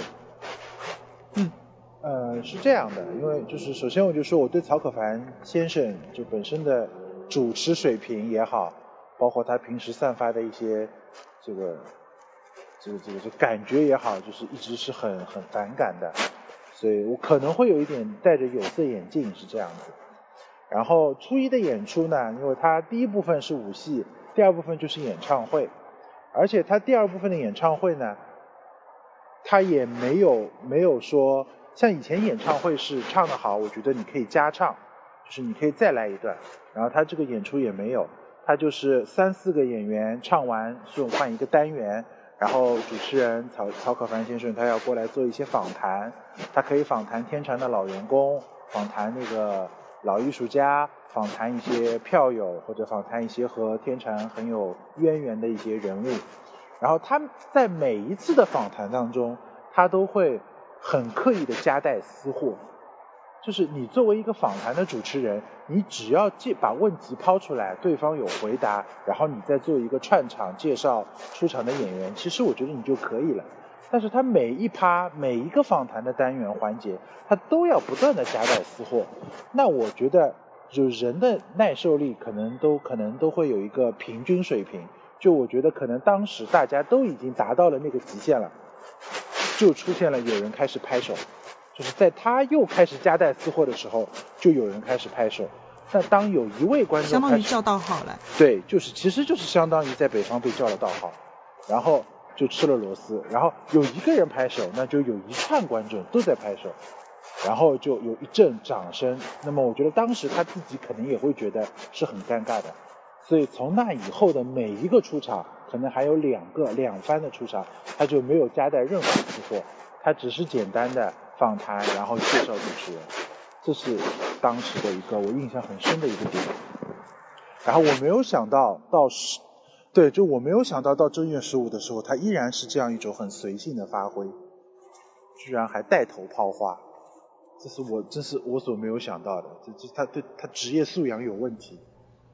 是这样的，因为就是首先我就说我对曹可凡先生就本身的主持水平也好，包括他平时散发的一些这个感觉也好，就是一直是很反感的，所以我可能会有一点戴着有色眼镜是这样子。然后初一的演出呢，因为他第一部分是舞戏，第二部分就是演唱会，而且他第二部分的演唱会呢，他也没有说像以前演唱会是唱得好，我觉得你可以加唱，就是你可以再来一段，然后他这个演出也没有，他就是3、4个演员唱完就换一个单元，然后主持人曹可凡先生他要过来做一些访谈，他可以访谈天蟾的老员工，访谈那个老艺术家，访谈一些票友，或者访谈一些和天蟾很有渊源的一些人物。然后他在每一次的访谈当中，他都会很刻意的夹带私货，就是你作为一个访谈的主持人，你只要把问题抛出来，对方有回答，然后你再做一个串场介绍出场的演员，其实我觉得你就可以了。但是他每一个访谈的单元环节，他都要不断的夹带私货，那我觉得就人的耐受力可能都会有一个平均水平，就我觉得可能当时大家都已经达到了那个极限了，就出现了有人开始拍手，就是在他又开始夹带私货的时候，就有人开始拍手。那当有一位观众相当于叫道号了， 对，其实就是相当于在北方被叫了道号，然后就吃了螺丝，然后有一个人拍手，那就有一串观众都在拍手，然后就有一阵掌声。那么我觉得当时他自己可能也会觉得是很尴尬的，所以从那以后的每一个出场，可能还有两番的出场，他就没有夹带任何私货，他只是简单的访谈，然后介绍主持人。这是当时的一个我印象很深的一个点。然后我没有想到我没有想到到正月15的时候，他依然是这样一种很随性的发挥，居然还带头抛花，这是我所没有想到的，他对他职业素养有问题。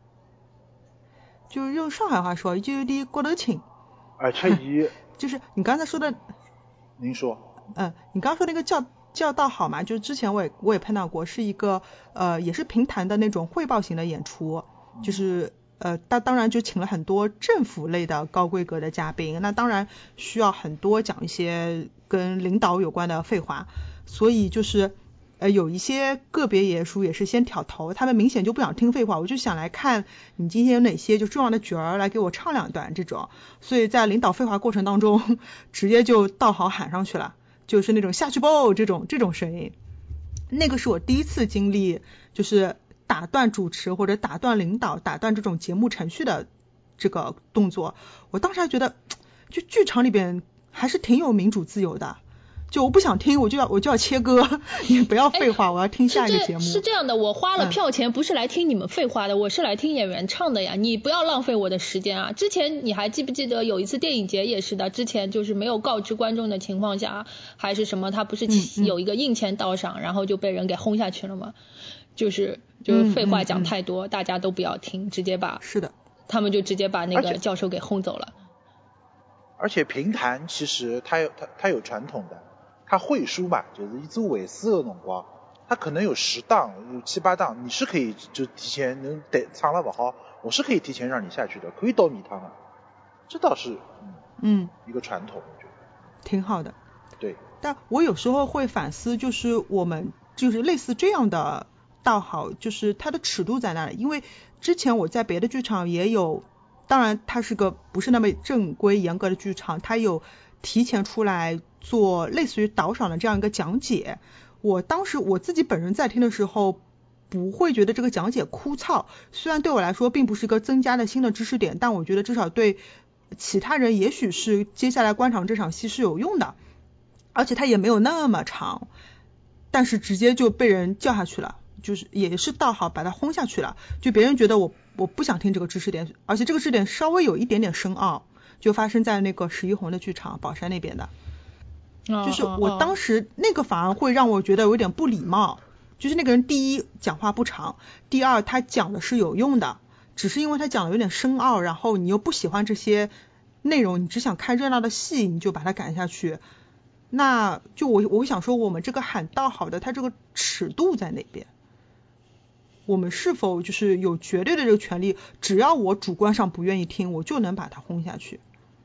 就是用上海话说，就有点骨头轻。 而且就是你刚才说的， 您说， 你刚刚说那个叫道好嘛，就是之前我也碰到过，是一个也是评弹的那种汇报型的演出，就是当然就请了很多政府类的高规格的嘉宾，那当然需要很多讲一些跟领导有关的废话，所以就是有一些个别爷叔也是先挑头，他们明显就不想听废话，我就想来看你今天有哪些就重要的角儿来给我唱两段这种，所以在领导废话过程当中直接就道好喊上去了，就是那种下去吧这种声音。那个是我第一次经历就是打断主持或者打断领导打断这种节目程序的这个动作，我当时还觉得就剧场里边还是挺有民主自由的，就我不想听我就要切割，你不要废话，我要听下一个节目。 是这样的，我花了票钱不是来听你们废话的，我是来听演员唱的呀，你不要浪费我的时间啊。之前你还记不记得有一次电影节也是的，之前就是没有告知观众的情况下还是什么，他不是有一个印钱到赏，然后就被人给轰下去了吗？就是废话讲太多，大家都不要听，直接把是的， 他们就直接把那个教授给轰走了。 而且评弹其实他有传统的，他会书嘛，就是一组尾四的辰光，他可能有10档有7、8档，你是可以就提前能得唱了不好，我是可以提前让你下去的，可以倒米汤的，这倒是一个传统，我觉得挺好的。 对， 但我有时候会反思，就是我们就是类似这样的道好，就是它的尺度在哪里？因为之前我在别的剧场也有，当然它是个不是那么正规严格的剧场，它有提前出来做类似于导赏的这样一个讲解。我当时我自己本人在听的时候不会觉得这个讲解枯燥，虽然对我来说并不是一个增加的新的知识点，但我觉得至少对其他人也许是接下来观场这场戏是有用的，而且它也没有那么长，但是直接就被人叫下去了，就是也是道好把他轰下去了，就别人觉得我不想听这个知识点，而且这个知识点稍微有一点点深奥，就发生在那个11红的剧场宝山那边的，就是我当时那个反而会让我觉得有点不礼貌，就是那个人第一讲话不长，第二他讲的是有用的，只是因为他讲的有点深奥，然后你又不喜欢这些内容，你只想看热闹的戏，你就把它赶下去，那就我想说我们这个喊道好的它这个尺度在哪边，我们是否就是有绝对的这个权利，只要我主观上不愿意听我就能把它轰下去。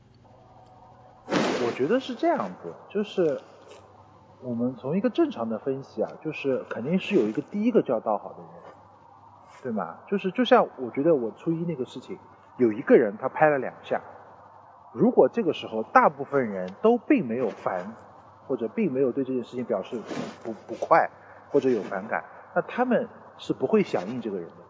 我觉得是这样子，就是我们从一个正常的分析啊，就是肯定是有一个第一个叫道好的人，对吗？就像我觉得我初一那个事情，有一个人他拍了2下，如果这个时候大部分人都并没有烦，或者并没有对这件事情表示不快或者有反感，那他们是不会响应这个人的。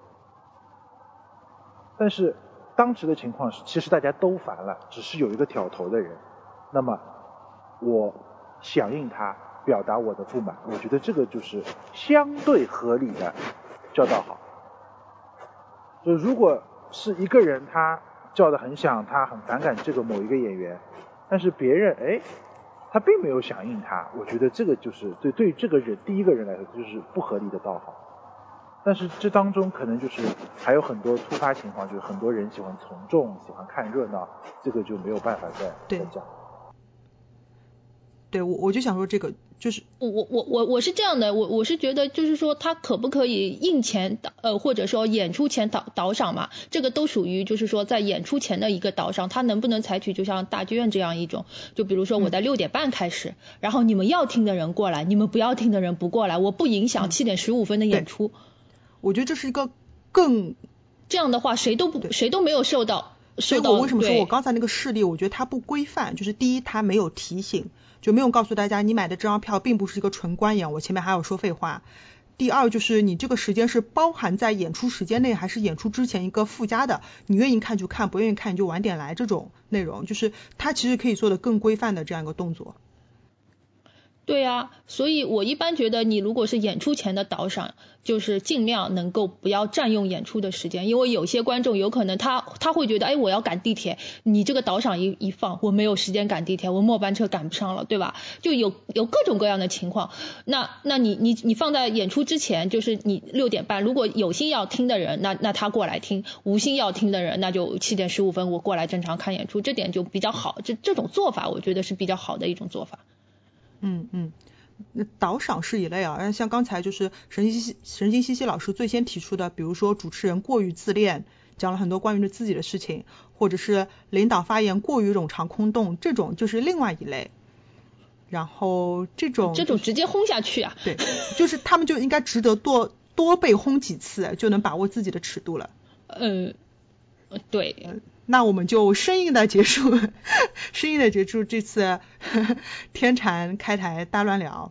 但是当时的情况是，其实大家都烦了，只是有一个挑头的人，那么我响应他，表达我的不满，我觉得这个就是相对合理的叫道好。就如果是一个人他叫得很响，他很反感这个某一个演员，但是别人他并没有响应他，我觉得这个就是对于这个人第一个人来说就是不合理的道好。但是这当中可能就是还有很多突发情况，就是很多人喜欢从众，喜欢看热闹，这个就没有办法再讲。 对，我就想说这个就是我是这样的，我是觉得就是说他可不可以映前或者说演出前导赏嘛，这个都属于就是说在演出前的一个导赏，他能不能采取就像大剧院这样一种，就比如说我在6点半开始，然后你们要听的人过来，你们不要听的人不过来，我不影响7点15分的演出。 我觉得这是一个更这样的话谁都没有受到。 所以我为什么说我刚才那个事例我觉得它不规范，就是第一它没有提醒，就没有告诉大家你买的这张票并不是一个纯观演，我前面还有说废话。第二就是你这个时间是包含在演出时间内还是演出之前一个附加的，你愿意看就看，不愿意看你就晚点来这种内容，就是它其实可以做的更规范的这样一个动作。 对啊，所以我一般觉得你如果是演出前的导赏，就是尽量能够不要占用演出的时间，因为有些观众有可能他会觉得，哎，我要赶地铁，你这个导赏一放，我没有时间赶地铁，我末班车赶不上了，对吧？就有各种各样的情况。那你放在演出之前，就是你6点半，如果有心要听的人，那他过来听；无心要听的人，那就7点15分我过来正常看演出，这点就比较好。这种做法，我觉得是比较好的一种做法。 那导赏是一类啊，像刚才就是神经兮兮老师最先提出的，比如说主持人过于自恋，讲了很多关于自己的事情，或者是领导发言过于冗长空洞，这种就是另外一类。然后这种直接轰下去啊， 对，就是他们就应该值得多被轰几次，就能把握自己的尺度了。 对。 那我们就生硬的结束这次天禅开台大乱聊。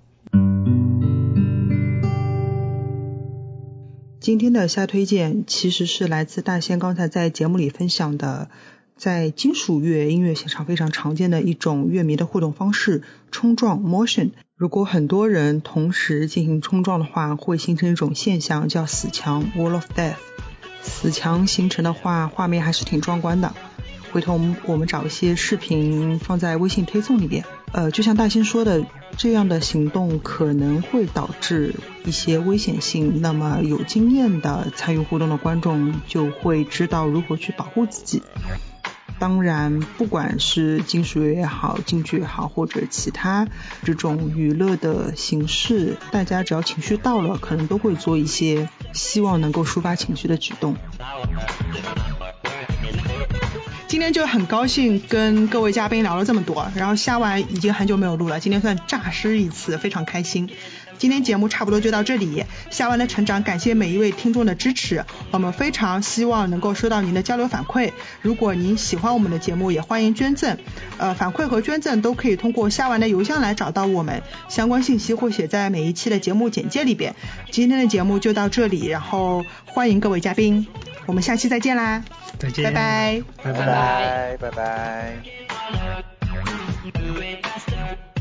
今天的下推荐其实是来自大仙刚才在节目里分享的，在金属乐音乐现场非常常见的一种乐迷的互动方式，冲撞 motion。如果很多人同时进行冲撞的话，会形成一种现象叫死墙 wall of death。死墙形成的话，画面还是挺壮观的。回头我们找一些视频放在微信推送里边。就像大仙说的，这样的行动可能会导致一些危险性，那么有经验的参与互动的观众就会知道如何去保护自己。当然不管是金属乐也好，京剧也好，或者其他这种娱乐的形式，大家只要情绪到了，可能都会做一些希望能够抒发情绪的举动。今天就很高兴跟各位嘉宾聊了这么多，然后下完已经很久没有录了，今天算诈尸一次，非常开心。今天节目差不多就到这里，下完的成长感谢每一位听众的支持，我们非常希望能够收到您的交流反馈。如果您喜欢我们的节目，也欢迎捐赠，反馈和捐赠都可以通过下完的邮箱来找到我们，相关信息会写在每一期的节目简介里边。今天的节目就到这里，然后欢迎各位嘉宾，我们下期再见啦， 再见， 拜拜， 拜拜。